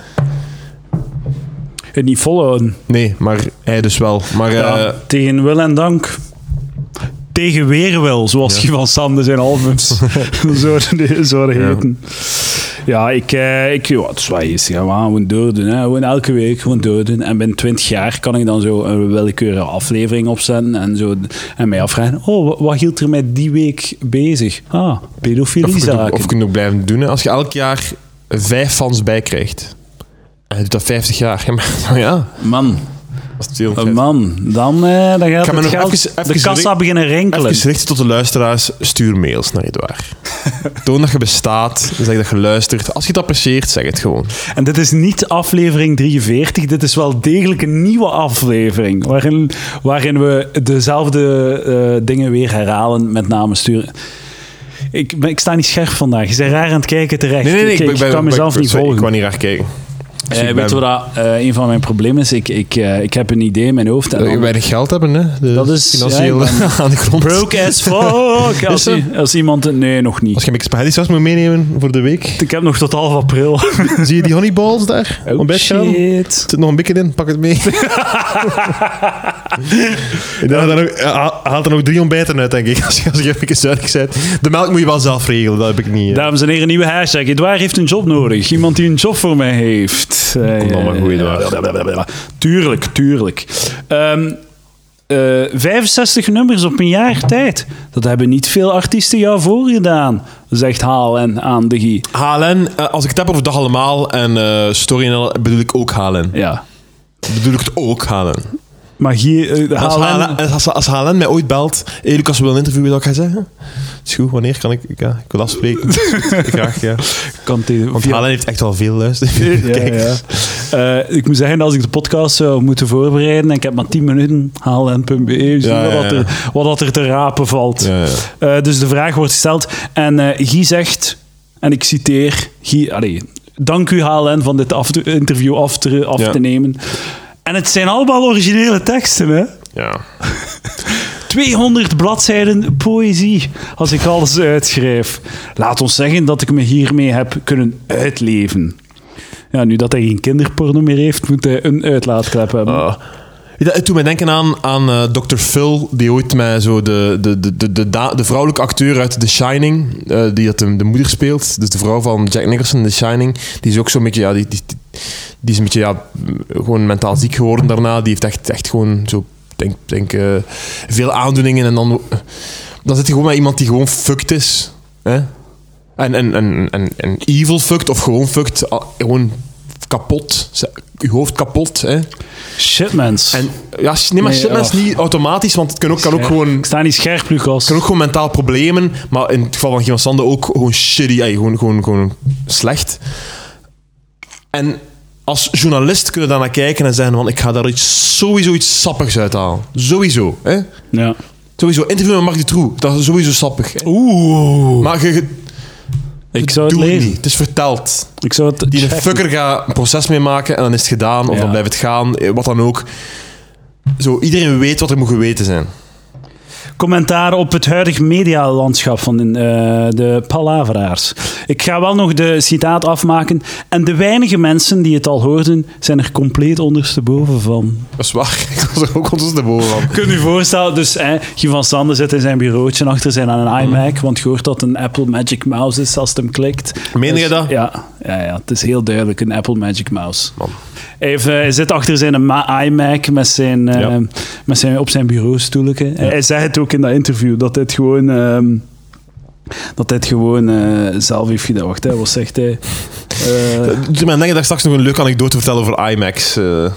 Het niet volhouden. Nee, maar hij dus wel. Maar, tegen wil en dank. Tegen weerwil, zoals je van Sander zijn albums zou heten. Ja, het is wel eens. Gewoon doordoen. Hè. Gewoon elke week gewoon doordoen. En binnen 20 jaar kan ik dan zo een willekeurige aflevering opzetten en mij afvragen, wat hield er met die week bezig? Pedofilie-zaken. Of kun je ook blijven doen. Hè. Als je elk jaar 5 fans bijkrijgt. En je doet dat 50 jaar. Ja. Man. Dan gaat het geld, de kassa beginnen rinkelen. Even richten tot de luisteraars, stuur mails naar Edouard. Toon dat je bestaat, zeg dat je luistert. Als je het apprecieert, zeg het gewoon. En dit is niet aflevering 43, dit is wel degelijk een nieuwe aflevering, waarin we dezelfde dingen weer herhalen, met name sturen. Ik sta niet scherp vandaag. Je bent raar aan het kijken terecht. Nee, ik kan mezelf niet volgen. Ik kan niet raar kijken. Weet je wat een van mijn problemen is? Ik heb een idee in mijn hoofd. En dan, weinig geld hebben, hè? Dat is financieel aan de grond. Broke as fuck. Als iemand... Nee, nog niet. Als je een beetje spaghetti moet meenemen voor de week. Ik heb nog tot half april. Zie je die honeyballs daar? Shit. Er zit nog een beetje in. Pak het mee. Haalt er nog 3 ontbijten uit, denk ik. Als je even zuinig bent. De melk moet je wel zelf regelen. Dat heb ik niet. Dames en heren, nieuwe hashtag. Edouard heeft een job nodig. Iemand die een job voor mij heeft. Kom dan maar goed, Edouard. Tuurlijk. 65 nummers op een jaar tijd. Dat hebben niet veel artiesten jou voorgedaan, zegt HLN aan de Guy. HLN, als ik het heb over Dag Allemaal en Story, bedoel ik ook HLN. Ja. Bedoel ik het ook HLN. Maar hier... Als HLN mij ooit belt, Lucas wil een interview, wil ik gaan zeggen. Is goed, wanneer kan ik... ik wil afspreken. Graag, ja. Want HLN heeft echt wel veel luisteren. Ik moet zeggen, als ik de podcast zou moeten voorbereiden en ik heb maar 10 minuten, HLN.be, wat er te rapen valt. Dus de vraag wordt gesteld en Guy zegt, en ik citeer, dank u HLN van dit interview af te nemen. En het zijn allemaal originele teksten, hè? Ja. 200 bladzijden poëzie, als ik alles uitschrijf. Laat ons zeggen dat ik me hiermee heb kunnen uitleven. Ja, nu dat hij geen kinderporno meer heeft, moet hij een uitlaatklep hebben. Het doet mij denken aan Dr. Phil, die ooit met zo de vrouwelijke acteur uit The Shining, die dat de moeder speelt, dus de vrouw van Jack Nicholson, The Shining, die is ook zo'n beetje, die is een beetje gewoon mentaal ziek geworden daarna. Die heeft echt gewoon zo, denk veel aandoeningen en dan zit je gewoon met iemand die gewoon fucked is. Hè? En evil fucked of gewoon fucked, gewoon kapot. Je hoofd kapot, hè. Shitmens. Maar shitmens niet automatisch, want het kan ook gewoon... Ik sta niet scherp, Lucas. Het kan ook gewoon mentaal problemen, maar in het geval van Guy Sande ook gewoon shitty, gewoon slecht. En als journalist kun je daar naar kijken en zeggen van ik ga daar sowieso iets sappigs uithalen. Sowieso. Hè? Ja. Sowieso. Interview met Marc Dutroux. Dat is sowieso sappig. Hè? Oeh. Maar ik zou het lezen. Niet. Het is verteld. Ik zou het Die checken. fucker gaat een proces meemaken en dan is het gedaan. Of dan blijft het gaan. Wat dan ook. Zo, iedereen weet wat er moet geweten zijn. Commentaar op het huidige medialandschap van de palaveraars. Ik ga wel nog de citaat afmaken. En de weinige mensen die het al hoorden, zijn er compleet ondersteboven van. Dat is waar. Ik was er ook ondersteboven van. Kun je je voorstellen, dus Guy van Sande zit in zijn bureautje achter zijn aan een iMac, want je hoort dat een Apple Magic Mouse is als het hem klikt. Meen je dat? Ja, het is heel duidelijk een Apple Magic Mouse. Man. Hij zit achter zijn iMac met zijn, op zijn bureaustoeletje. Ja. Hij zei het ook in dat interview, dat hij het gewoon zelf heeft gedaan. Wacht, wat zegt hij? Dus men denkt dat ik straks nog een leuke anekdote vertellen over IMAX.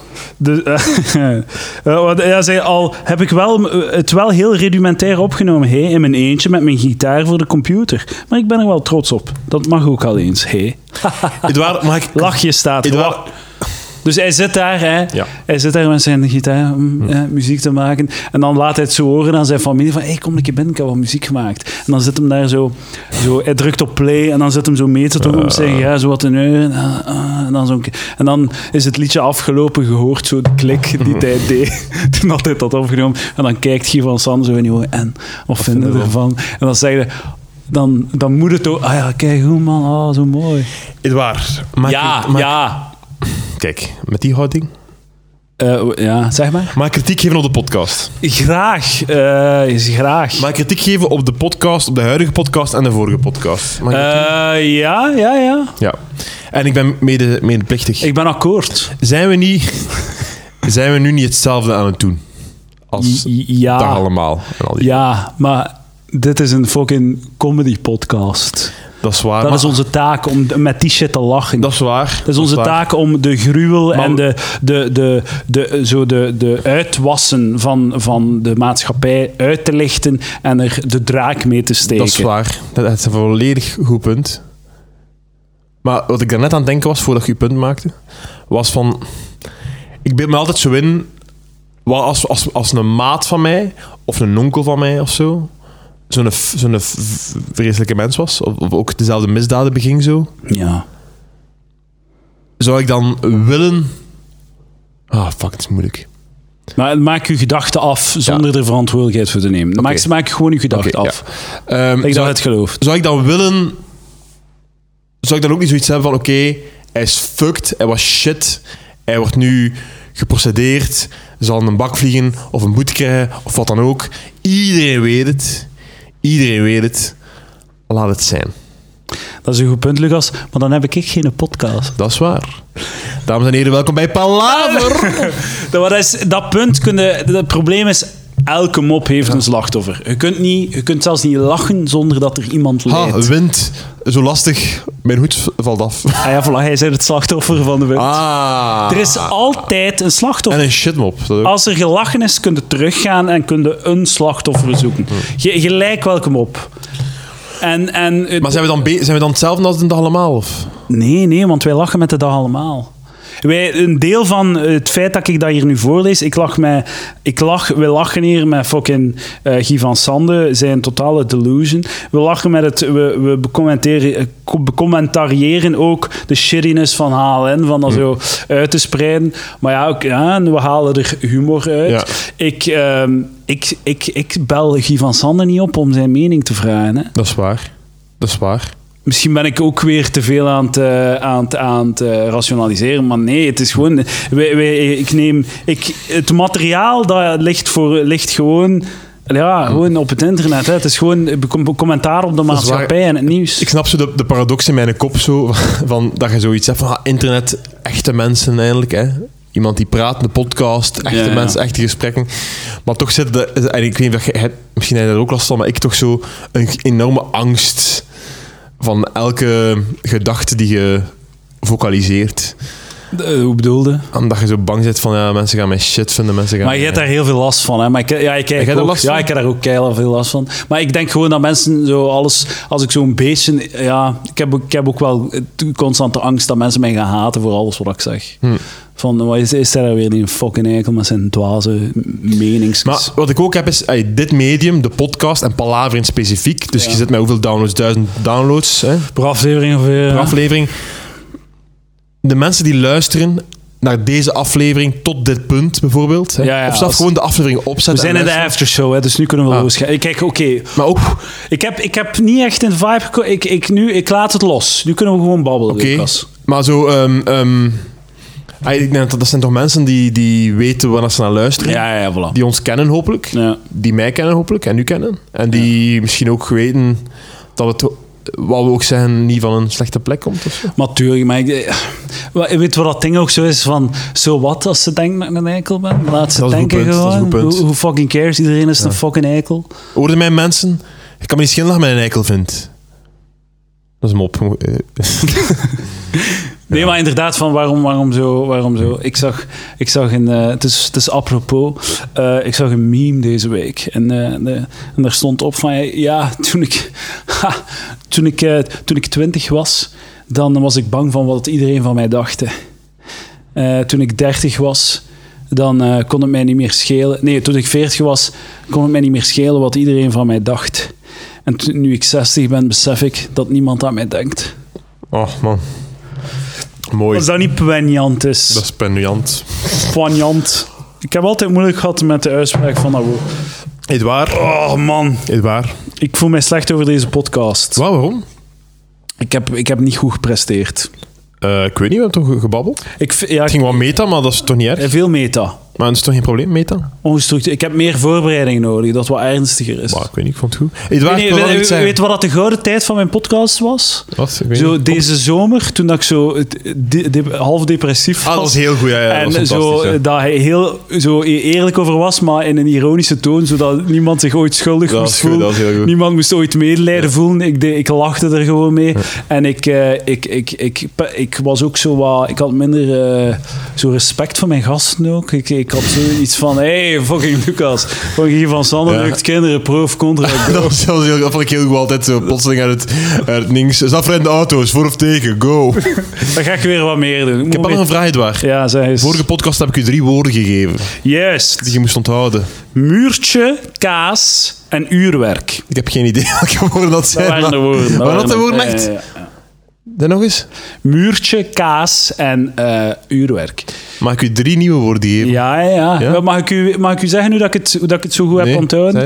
Hij zei al, heb ik het wel heel rudimentair opgenomen, in mijn eentje met mijn gitaar voor de computer. Maar ik ben er wel trots op. Dat mag ook al eens, Edouard, mag ik... Lachje staat Edouard... Dus hij zit daar, hij zit daar met zijn gitaar muziek te maken. En dan laat hij het zo horen aan zijn familie van kom een keer binnen, ik heb wat muziek gemaakt. En dan zit hem daar zo hij drukt op play en dan zit hem zo mee te doen op zeggen, zo wat een uur. En dan is het liedje afgelopen, gehoord zo de klik die hij deed toen had hij dat opgenomen. En dan kijkt Guy van Sande zo in die ogen en wat vinden we ervan? En dan zeg je... Dan moet het ook... kijk hoe man, zo mooi. Edouard, Kijk, met die houding... zeg maar. Mag ik kritiek geven op de podcast? Graag. Mag ik kritiek geven op de podcast, op de huidige podcast en de vorige podcast? Ja. En ik ben medeplichtig. Ik ben akkoord. Zijn we nu niet hetzelfde aan het doen? Als dat allemaal. Ja, maar dit is een fucking comedy podcast. Dat is waar. Dat is onze taak, om met die shit te lachen. Dat is waar. Dat is onze taak om de gruwel en de uitwassen van de maatschappij uit te lichten en er de draak mee te steken. Dat is waar. Dat is een volledig goed punt. Maar wat ik daarnet aan het denken was, voordat je punt maakte, was van... Ik beeld me altijd zo in... Als een maat van mij, of een onkel van mij of zo... Zo'n vreselijke mens was, of ook dezelfde misdaden beging zo. Ja. Zou ik dan willen... fuck, het is moeilijk. Maar maak je gedachten af zonder er verantwoordelijkheid voor te nemen. Okay. Maak gewoon je gedachten af. Ja. Ik dat het geloof. Zou ik dan willen... Zou ik dan ook niet zoiets hebben van... Oké, hij is fucked, hij was shit, hij wordt nu geprocedeerd, zal in een bak vliegen, of een boete krijgen, of wat dan ook. Iedereen weet het. Laat het zijn. Dat is een goed punt, Lucas. Maar dan heb ik geen podcast. Dat is waar. Dames en heren, welkom bij Palaver. Dat punt het probleem is... Elke mop heeft een slachtoffer. Je kunt zelfs niet lachen zonder dat er iemand lijdt. Wind. Zo lastig. Mijn hoed valt af. Voilà, hij is het slachtoffer van de wind. Er is altijd een slachtoffer. En een shitmop. Als er gelachen is, kun je teruggaan en kun je een slachtoffer zoeken. Gelijk welke mop. Maar zijn we dan hetzelfde als de dag allemaal? Of? Nee, want wij lachen met de dag allemaal. Een deel van het feit dat ik dat hier nu voorlees, we lachen hier met fucking Guy van Sande, zijn totale delusion. We lachen met we becommentariëren ook de shittiness van HLN, van dat zo uit te spreiden. Maar we halen er humor uit. Ja. Ik bel Guy van Sande niet op om zijn mening te vragen. Hè. Dat is waar. Misschien ben ik ook weer te veel aan het rationaliseren, maar nee, het is gewoon... Het materiaal dat ligt gewoon... gewoon op het internet. Hè. Het is gewoon commentaar op de maatschappij en het nieuws. Ik snap zo de paradox in mijn kop zo, van dat je zoiets hebt van internet, echte mensen eigenlijk, hè. Iemand die praat, een podcast, echte mensen, echte gesprekken. Maar toch zit er... En ik weet niet of misschien heb je dat ook last van, maar ik toch zo een enorme angst... van elke gedachte die je vocaliseert. Hoe bedoelde? Omdat je zo bang bent van, mensen gaan mij shit vinden. Maar je hebt daar heel veel last van, hè? Maar ik heb daar ook keihard veel last van. Maar ik denk gewoon dat mensen zo alles... Als ik zo'n beetje... Ja, ik heb ook wel constante angst dat mensen mij gaan haten voor alles wat ik zeg. Van, wat is daar weer die fucking eikel met zijn dwaze menings. Maar wat ik ook heb is, dit medium, de podcast en Palaver in specifiek, dus je zit met hoeveel downloads? 1000 downloads. Hè? Per aflevering ongeveer. Per aflevering. De mensen die luisteren naar deze aflevering tot dit punt bijvoorbeeld. Hè? Of zelfs gewoon de aflevering opzetten. We zijn in de aftershow, hè, dus nu kunnen we waarschijnlijk... Kijk, oké. Maar ook... Ik heb niet echt in de vibe gekomen. Ik laat het los. Nu kunnen we gewoon babbelen, Lucas. Maar zo... ik denk dat zijn toch mensen die weten waar ze naar luisteren. Ja, voilà. Die ons kennen hopelijk. Ja. Die mij kennen hopelijk en u kennen. En die misschien ook weten dat het... Wat we ook zeggen, niet van een slechte plek komt of zo. Maar tuurlijk, maar weet wat dat ding ook zo is van... Zo wat als ze denken dat ik een eikel ben? Laat ze denken gewoon. Hoe fucking cares? Iedereen is een fucking eikel. Hoorden mij mensen... Ik kan me niet schelen dat mij een eikel vindt. Dat is een mop. Nee, maar inderdaad, van waarom zo? Ik zag een... Het is apropos. Ik zag een meme deze week. En daar stond op van... Ja, toen ik 20 was, dan was ik bang van wat iedereen van mij dacht. Toen ik 30 was, dan kon het mij niet meer schelen. Nee, toen ik 40 was, kon het mij niet meer schelen wat iedereen van mij dacht. En nu ik 60 ben, besef ik dat niemand aan mij denkt. Oh, man. Mooi. Als dat niet poignant is. Dat is poignant. Poignant. Ik heb altijd moeilijk gehad met de uitspraak van dat woord. Edouard. Oh, man. Edouard. Ik voel mij slecht over deze podcast. Waarom? Ik heb niet goed gepresteerd. Ik weet niet, we hebben toch gebabbeld? Het ging wel meta, maar dat is toch niet erg? Veel meta. Maar dat is toch geen probleem, meta? Ongestructureerd. Ik heb meer voorbereiding nodig, dat wat ernstiger is. Maar, ik weet niet, ik vond het goed. Edouard, weet wat dat de gouden tijd van mijn podcast was? Wat? Deze zomer, toen ik zo half depressief was. Dat was heel goed, ja. En dat hij heel zo eerlijk over was, maar in een ironische toon, zodat niemand zich ooit schuldig moest voelen. Niemand moest ooit medelijden voelen. Ik lachte er gewoon mee. Ja. En ik was ook zo wat... Ik had minder zo respect voor mijn gasten ook. Ik had zoiets van, hey, fucking Lucas. Van Sander lukt kinderen, proof, contra. Dat vond ik heel goed, altijd zo plotseling uit het niks. Is dat voor in de auto's, voor of tegen? Go. Dan ga ik weer wat meer doen. Ik heb nog een vraag, Edouard. Ja, zeg eens. Vorige podcast heb ik u 3 woorden gegeven. Juist. Die je moest onthouden. Muurtje, kaas en uurwerk. Ik heb geen idee welke woorden dat zijn. Dat waren de woorden. Waren dat de woorden echt? Ja. Dan nog eens? Muurtje, kaas en uurwerk. Mag ik u 3 nieuwe woorden geven? Ja. Mag ik u zeggen hoe dat ik het zo goed heb onthouden?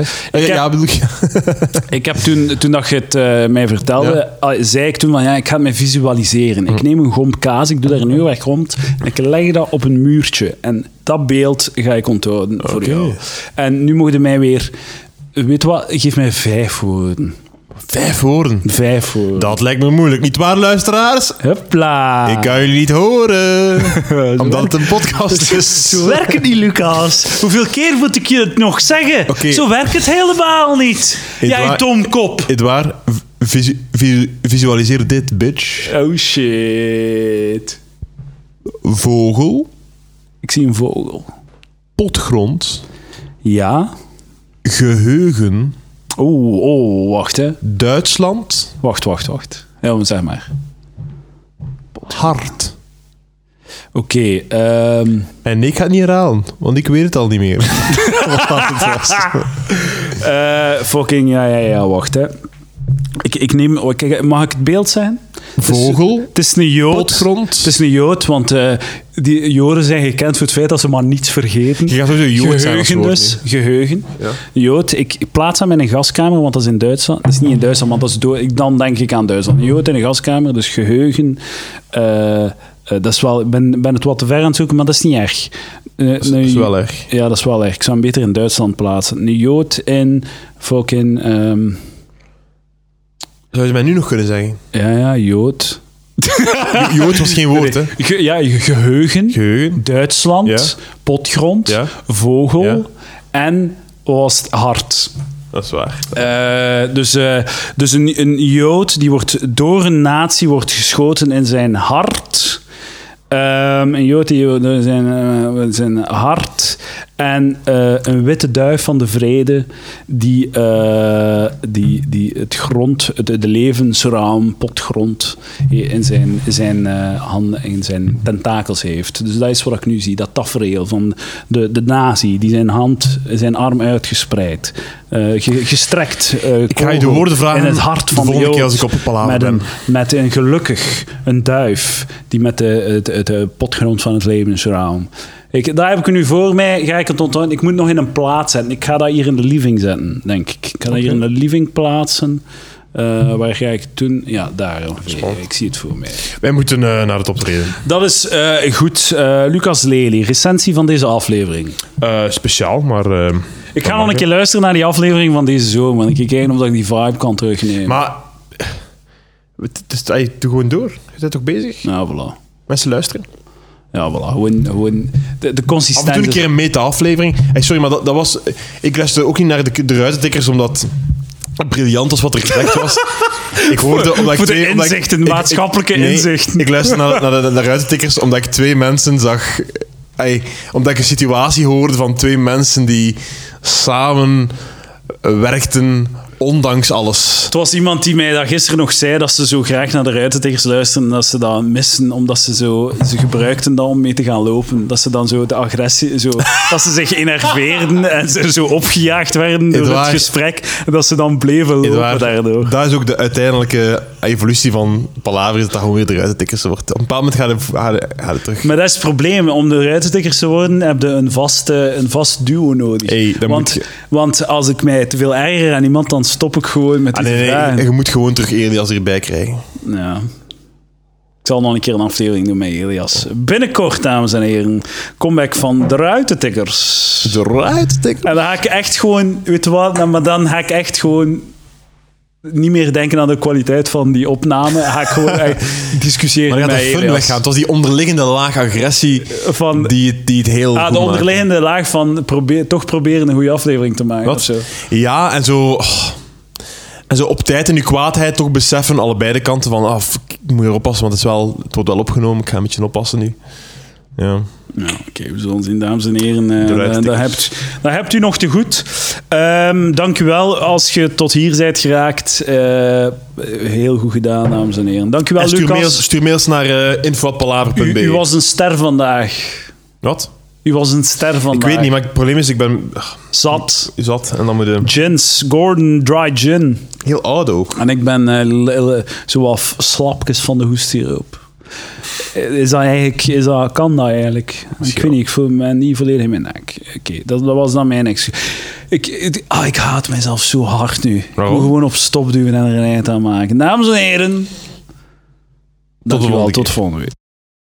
Ik heb toen dat je het mij vertelde, zei ik toen van, ik ga het mij visualiseren. Ik neem een gomp kaas, ik doe daar een uurwerk rond en ik leg dat op een muurtje. En dat beeld ga ik onthouden voor jou. En nu mogen mij weer... Weet wat? Geef mij 5 woorden. 5 woorden? 5 woorden. Dat lijkt me moeilijk, niet waar, luisteraars? Hupla. Ik kan jullie niet horen. Omdat het een podcast is. Zo werkt het niet, Lucas. Hoeveel keer moet ik je het nog zeggen? Okay. Zo werkt het helemaal niet. Jij domkop. Edouard, visualiseer dit, bitch. Oh, shit. Vogel. Ik zie een vogel. Potgrond. Ja. Geheugen. Wacht, hè. Duitsland. Wacht. Ja, zeg maar. Hart. Oké. En ik ga het niet herhalen, want ik weet het al niet meer. Wat het was. Fucking, ja, wacht, hè. Ik neem... Kijk, mag ik het beeld zijn? Vogel. Het is een Jood. Potgrond. Het is een Jood, want die Joden zijn gekend voor het feit dat ze maar niets vergeten. Je gaat sowieso Jood zijn als woord, dus. Geheugen. Ja. Jood. Ik plaats hem in een gaskamer, want dat is in Duitsland. Dat is niet in Duitsland, maar dat is dan denk ik aan Duitsland. Een Jood in een gaskamer, dus geheugen. Dat is wel... Ik ben het wat te ver aan het zoeken, maar dat is niet erg. Dat is wel erg. Ja, dat is wel erg. Ik zou hem beter in Duitsland plaatsen. Een Jood in fucking... Zou je mij nu nog kunnen zeggen? Ja, Jood. Jood was geen woord, hè? Geheugen. Duitsland. Potgrond. Vogel. En was het hart. Dat is waar. Dus een Jood die wordt door een natie geschoten in zijn hart. Een Joti, zijn hart en een witte duif van de vrede die het grond, de levensruim, potgrond in zijn handen, in zijn tentakels heeft. Dus dat is wat ik nu zie, dat tafereel van de nazi die zijn arm uitgespreid, gestrekt ik ga je de woorden vragen in het hart van de volgende keer Jood, als ik op het palaver ben. Met een duif die met de potgrond van het levensruim. Daar heb ik nu voor mij. Ga ik het onthouden? Ik moet nog in een plaats zetten. Ik ga dat hier in de living zetten, denk ik. Ik ga dat hier in de living plaatsen. Waar ga ik het doen? Ja, daar. Ik zie het voor mij. Wij moeten naar het optreden. Dat is goed. Lucas Lely, recensie van deze aflevering. Speciaal, maar... ik ga nog een keer luisteren naar die aflevering van deze zomer. Want ik kijk of ik die vibe kan terugnemen. Maar... doe gewoon door. Je bent toch bezig? Ja, voilà. Mensen luisteren. Ja, voilà. Gewoon de consistentie. Af en toe een keer een meta-aflevering. Sorry, maar dat was... Ik luisterde ook niet naar de ruitentikkers, omdat het briljant was wat er gezegd was. Ik hoorde... Voor de inzichten, maatschappelijke inzichten. Ik luisterde naar de ruitentikkers omdat ik 2 mensen zag... omdat ik een situatie hoorde van 2 mensen die samen werkten... Ondanks alles. Het was iemand die mij dat gisteren nog zei dat ze zo graag naar de ruitentikkers luisteren en dat ze dat missen, omdat ze gebruikten dat om mee te gaan lopen. Dat ze dan zo de agressie... dat ze zich enerveerden en ze zo opgejaagd werden door het gesprek. En dat ze dan bleven lopen daardoor. Dat is ook de uiteindelijke evolutie van Palaver, dat gewoon weer de ruitentikkers wordt. Op een bepaald moment gaat het terug. Maar dat is het probleem. Om de ruitentikkers te worden, heb je een vast duo nodig. Want als ik mij te veel erger aan iemand, dan stop ik gewoon met die vragen. Je moet gewoon terug Elias erbij krijgen. Ja. Ik zal nog een keer een aflevering doen met Elias. Binnenkort, dames en heren, comeback van de Ruitentikkers. De Ruitentikkers? En dan ga ik echt gewoon... Weet je wat? Maar dan ga ik echt gewoon... niet meer denken aan de kwaliteit van die opname. Ga ik gewoon discussiëren met Elias. Maar fun weggaan. Het was die onderliggende laag agressie die het heel goed de onderliggende laag van toch proberen een goede aflevering te maken. Of zo. Ja, en zo... En zo op tijd in je kwaadheid toch beseffen, allebei de kanten van... ik moet erop passen, want het wordt wel opgenomen. Ik ga een beetje oppassen nu. Ja. Nou, oké, we zullen zien, dames en heren. Dat hebt u nog te goed. Dank u wel als je tot hier bent geraakt. Heel goed gedaan, dames en heren. Dank u wel, Lucas. Stuur mails naar info@palaver.be. U was een ster vandaag. Wat? U was een ster vandaag. Ik weet niet, maar het probleem is, ik ben... Zat. En dan moet je... Gins, Gordon Dry Gin. Heel oud ook. En ik ben zo wat slapjes van de hoestiroop. Kan dat eigenlijk? Ik weet niet, ik voel me niet volledig in mijn nek. Oké, dat was dan mijn excuus. Ik haat mezelf zo hard nu. Ik moet gewoon op stop duwen en er een eind aan maken. Dames en heren, tot de volgende week.